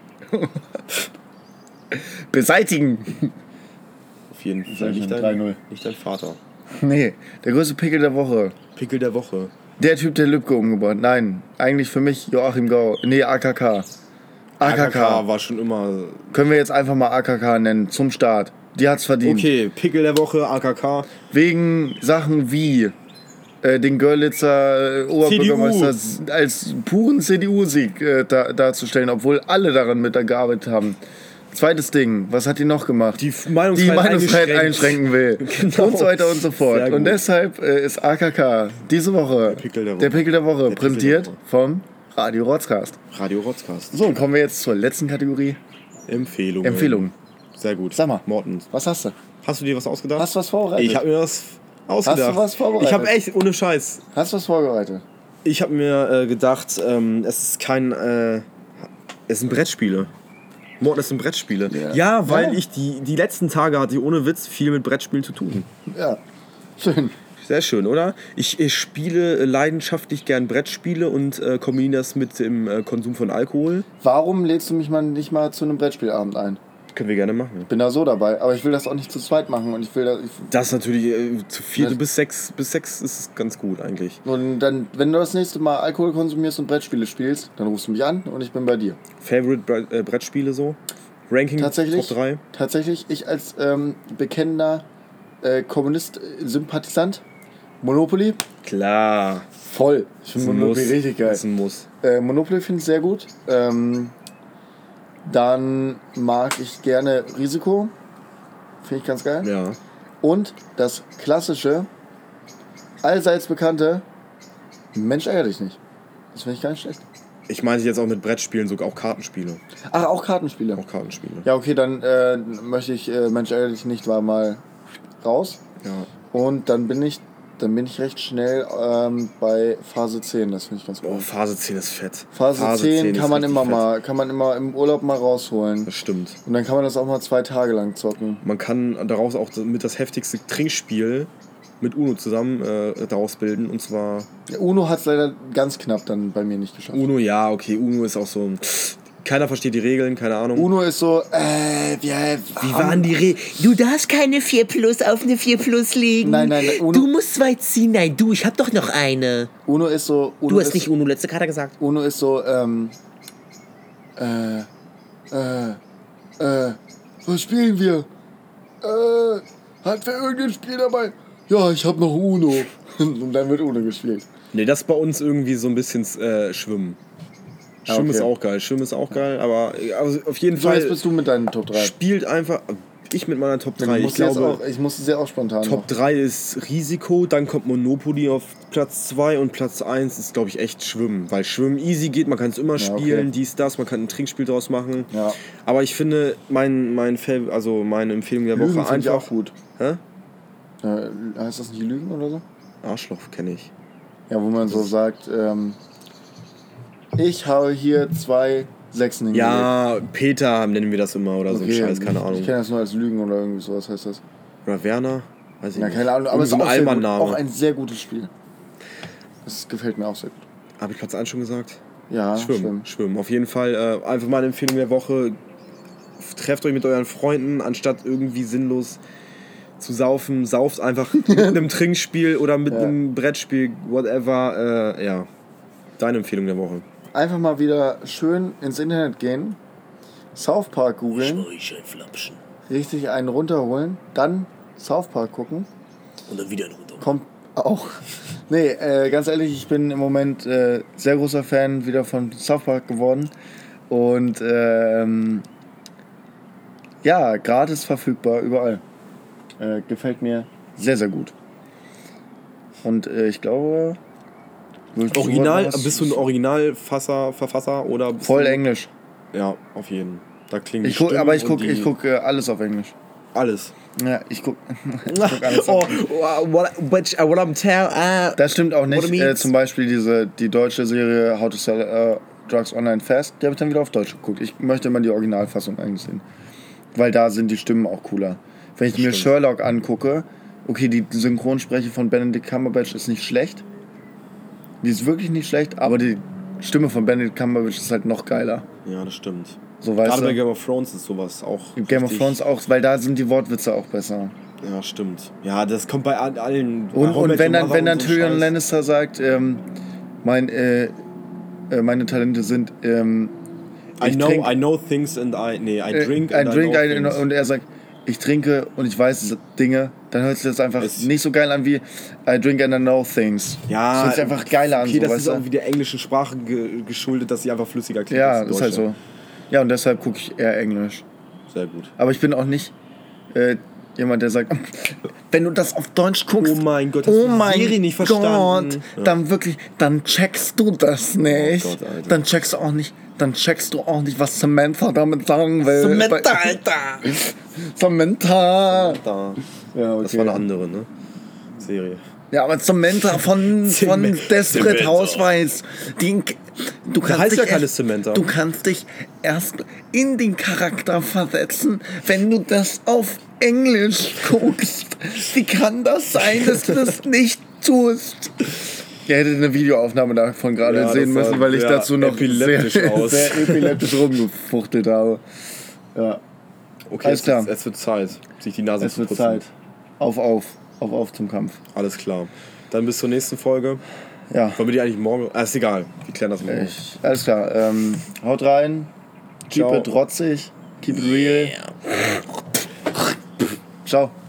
beseitigen. Auf jeden Fall. Sag ich Nicht schon, drei null. dein, nicht dein Vater. Nee, der größte Pickel der Woche. Pickel der Woche. Der Typ, der Lübcke umgebracht. Nein, eigentlich für mich Joachim Gau. Nee, A K K. A K K. war schon immer... Können wir jetzt einfach mal A K K nennen, zum Start. Die hat's verdient. Okay, Pickel der Woche, A K K. Wegen Sachen wie äh, den Görlitzer äh, Oberbürgermeister s- als puren C D U-Sieg äh, da, darzustellen, obwohl alle daran mitgearbeitet haben. Zweites Ding, was hat die noch gemacht? Die Meinungsfreiheit, die Meinungsfreiheit eingeschränkt. einschränken will. Genau. Und so weiter und so fort. Sehr gut. Und deshalb äh, ist A K K diese Woche Der Pickel der Woche. der Pickel der Woche, Der Pickel präsentiert der Woche. vom Radio Rotzcast. Radio Rotzcast. So, und kommen wir jetzt zur letzten Kategorie. Empfehlungen. Empfehlungen. Sehr gut. Sag mal, Morten, was hast du? hast du dir was ausgedacht? Hast du was vorbereitet? Ich habe mir was ausgedacht. Hast du was vorbereitet? Ich habe echt, ohne Scheiß, Hast du was vorbereitet? ich habe mir äh, gedacht, ähm, es ist kein, äh, es sind Brettspiele. Morten, es sind Brettspiele. Ja. Ja, weil Ja. ich die, die letzten Tage hatte ich ohne Witz viel mit Brettspielen zu tun. Ja, schön. Sehr schön, oder? Ich, ich spiele leidenschaftlich gern Brettspiele und äh, kombiniere das mit dem äh, Konsum von Alkohol. Warum lädst du mich mal nicht mal zu einem Brettspielabend ein? Können wir gerne machen. Bin da so dabei, aber ich will das auch nicht zu zweit machen und ich will das, ich, Das ist natürlich äh, zu viel. Das- Bis sechs, bis sechs ist es ganz gut eigentlich. und dann, wenn du das nächste Mal Alkohol konsumierst und Brettspiele spielst, dann rufst du mich an und ich bin bei dir. Favorite Bre äh, Brettspiele so? Ranking Tatsächlich, Top drei? tatsächlich, ich als ähm, bekennender äh, Kommunist-Sympathisant, Monopoly, Klar. voll. Ich Das finde ist ein Monopoly Muss. richtig geil. Das ist ein Muss. Äh, Monopoly finde ich sehr gut. Ähm, dann mag ich gerne Risiko. Finde ich ganz geil. Ja. Und das klassische, allseits bekannte, Mensch ärgere dich nicht. Das finde ich gar nicht schlecht. Ich meine jetzt auch mit Brettspielen, sogar auch Kartenspiele. Ach, auch Kartenspiele. Auch Kartenspiele. Ja, okay, dann äh, möchte ich äh, Mensch ärgere dich nicht war mal raus. Ja. Und dann bin ich, dann bin ich recht schnell ähm, bei Phase zehn. Das finde ich ganz Oh, gut. Phase zehn ist fett. Phase, zehn ist kann man richtig immer fett. mal, kann man immer im Urlaub mal rausholen. Das stimmt. Und dann kann man das auch mal zwei Tage lang zocken. Man kann daraus auch mit das heftigste Trinkspiel mit Uno zusammen äh, daraus bilden. Und zwar Uno hat es leider ganz knapp dann bei mir nicht geschafft. Uno, ja, okay. Uno ist auch so ein... Keiner versteht die Regeln, keine Ahnung. Uno ist so, äh, wir Wie waren die Regeln? Du darfst keine vier plus auf eine vier plus legen. Nein, nein, nein, Uno- Du musst zwei ziehen. Nein, du, ich hab doch noch eine. Uno ist so. Uno Du hast ist, nicht Uno letzte Karte gesagt. Uno ist so, ähm. Äh. Äh. Äh. Was spielen wir? Äh. Hat wer irgendein Spiel dabei? Ja, ich hab noch Uno. Und dann wird Uno gespielt. Nee, das ist bei uns irgendwie so ein bisschen äh, Schwimmen. Ah, Schwimmen okay. ist auch geil. Schwimmen ist auch geil, aber also auf jeden So, Fall jetzt bist du mit deinen Top drei. spielt einfach. Ich mit meiner Top Ich drei. Ich musste, jetzt glaube, auch, ich musste sehr auch spontan. Top drei ist Risiko, dann kommt Monopoly auf Platz zwei und Platz eins ist, glaube ich, echt Schwimmen. Weil Schwimmen easy geht, man kann es immer Ja, okay. spielen, dies, das, man kann ein Trinkspiel draus machen. Ja. Aber ich finde, mein, mein Fav- also meine Empfehlung der Lügen Woche finde ich einfach. auch gut. Hä? Äh, heißt das nicht Lügen oder so? Arschloch kenne ich. Ja, wo man so sagt, ähm, ich habe hier zwei Sechsen hingelegt. Ja, Peter nennen wir das immer oder so ein Okay, Scheiß, keine ich, Ahnung. Ich kenne das nur als Lügen oder irgendwie sowas heißt das. Oder Werner? Weiß ich Ja, nicht. keine Ahnung, aber es Irgend ist so ein auch, sehr gut, Allmann-Name. auch ein sehr gutes Spiel. Das gefällt mir auch sehr gut. Habe ich Platz eins schon gesagt? Ja, Schwimmen. schwimmen. Schwimmen. Auf jeden Fall äh, einfach meine Empfehlung der Woche. Trefft euch mit euren Freunden, anstatt irgendwie sinnlos zu saufen. Sauft einfach mit einem Trinkspiel oder mit Ja. einem Brettspiel, whatever. Äh, ja, deine Empfehlung der Woche. Einfach mal wieder schön ins Internet gehen, South Park googeln, euch ein Flapschen. richtig einen runterholen, dann South Park gucken. Und dann wieder ein runter. Kommt auch. Nee, äh, ganz ehrlich, ich bin im Moment äh, sehr großer Fan wieder von South Park geworden. Und ähm, ja, gratis verfügbar überall. Äh, gefällt mir sehr, sehr gut. Und äh, ich glaube. Original, was- bist du ein Originalfasser, Verfasser oder bist Voll du, Englisch. Ja, auf jeden. Da klingt Ich guck, aber ich gucke ich guck, äh, alles auf Englisch. alles. Ja, ich guck, ich guck alles Oh, auf. what, which, uh, what I'm tell, uh, Das stimmt auch What nicht. it Äh, means? zum Beispiel diese, die deutsche Serie How to Sell äh, Drugs Online Fast, die habe ich dann wieder auf Deutsch geguckt. Ich möchte immer die Originalfassung eigentlich sehen. Weil da sind die Stimmen auch cooler. Wenn ich mir Stimmt. Sherlock angucke, okay, die Synchronspreche von Benedict Cumberbatch ist nicht schlecht. Die ist wirklich nicht schlecht, aber die Stimme von Benedict Cumberbatch ist halt noch geiler. Ja, das stimmt. So, weißt Gerade bei du? Game of Thrones ist sowas auch. Game of richtig- Thrones auch, weil da sind die Wortwitze auch besser. Ja, stimmt. Ja, das kommt bei all- allen. Und, bei How und Met wenn Your dann, Mother wenn dann und so Tyrion Scheiß. Lannister sagt, ähm, mein, äh, äh, meine Talente sind, ähm, I ich know, trink- I know things and I. Nee, I äh, drink I and drink I know I- things. und er sagt, ich trinke und ich weiß Dinge, dann hört sich das einfach Es- nicht so geil an wie I drink and I know things. Ja, das hört sich einfach geiler an. Okay, so, das weißt ist du? auch wieder der englischen Sprache ge geschuldet, dass sie einfach flüssiger klingt. Ja, als die ist halt deutsche. so. Ja, und deshalb gucke ich eher Englisch. Sehr gut. Aber ich bin auch nicht, äh, jemand, der sagt, wenn du das auf Deutsch guckst, Oh mein Gott, hast oh du die mein Serie nicht Gott, verstanden? Ja. dann wirklich, dann checkst du das nicht. Oh Gott, Alter. Dann checkst du auch nicht, dann checkst du auch nicht, was Samantha damit sagen will. Samantha, Alter! Samantha! Da. Ja, okay. Das war eine andere, ne? Serie. Ja, aber Samantha von, von Samantha. Desperate Samantha. Housewives, die, du kannst heißt dich ja keine erst, Samantha. Du kannst dich erst in den Charakter versetzen, wenn du das auf Englisch guckst. Wie kann das sein, dass du das nicht tust? Ihr hättet eine Videoaufnahme davon gerade Ja, sehen das sah müssen, weil ich sehr dazu noch epileptisch sehr, aus. sehr epileptisch rumgefuchtelt habe. Ja, Okay, Alles es, klar. Wird, es wird Zeit, sich die Nase es zu wird putzen. Zeit. Auf, auf, auf, auf zum Kampf. Alles klar. Dann bis zur nächsten Folge. Ja. Wollen wir die eigentlich morgen... Ah, ist egal. Wir klären das morgen. Ich, alles klar. Ähm, haut rein. Keep Ciao. it rotzig. Keep it real. Ciao.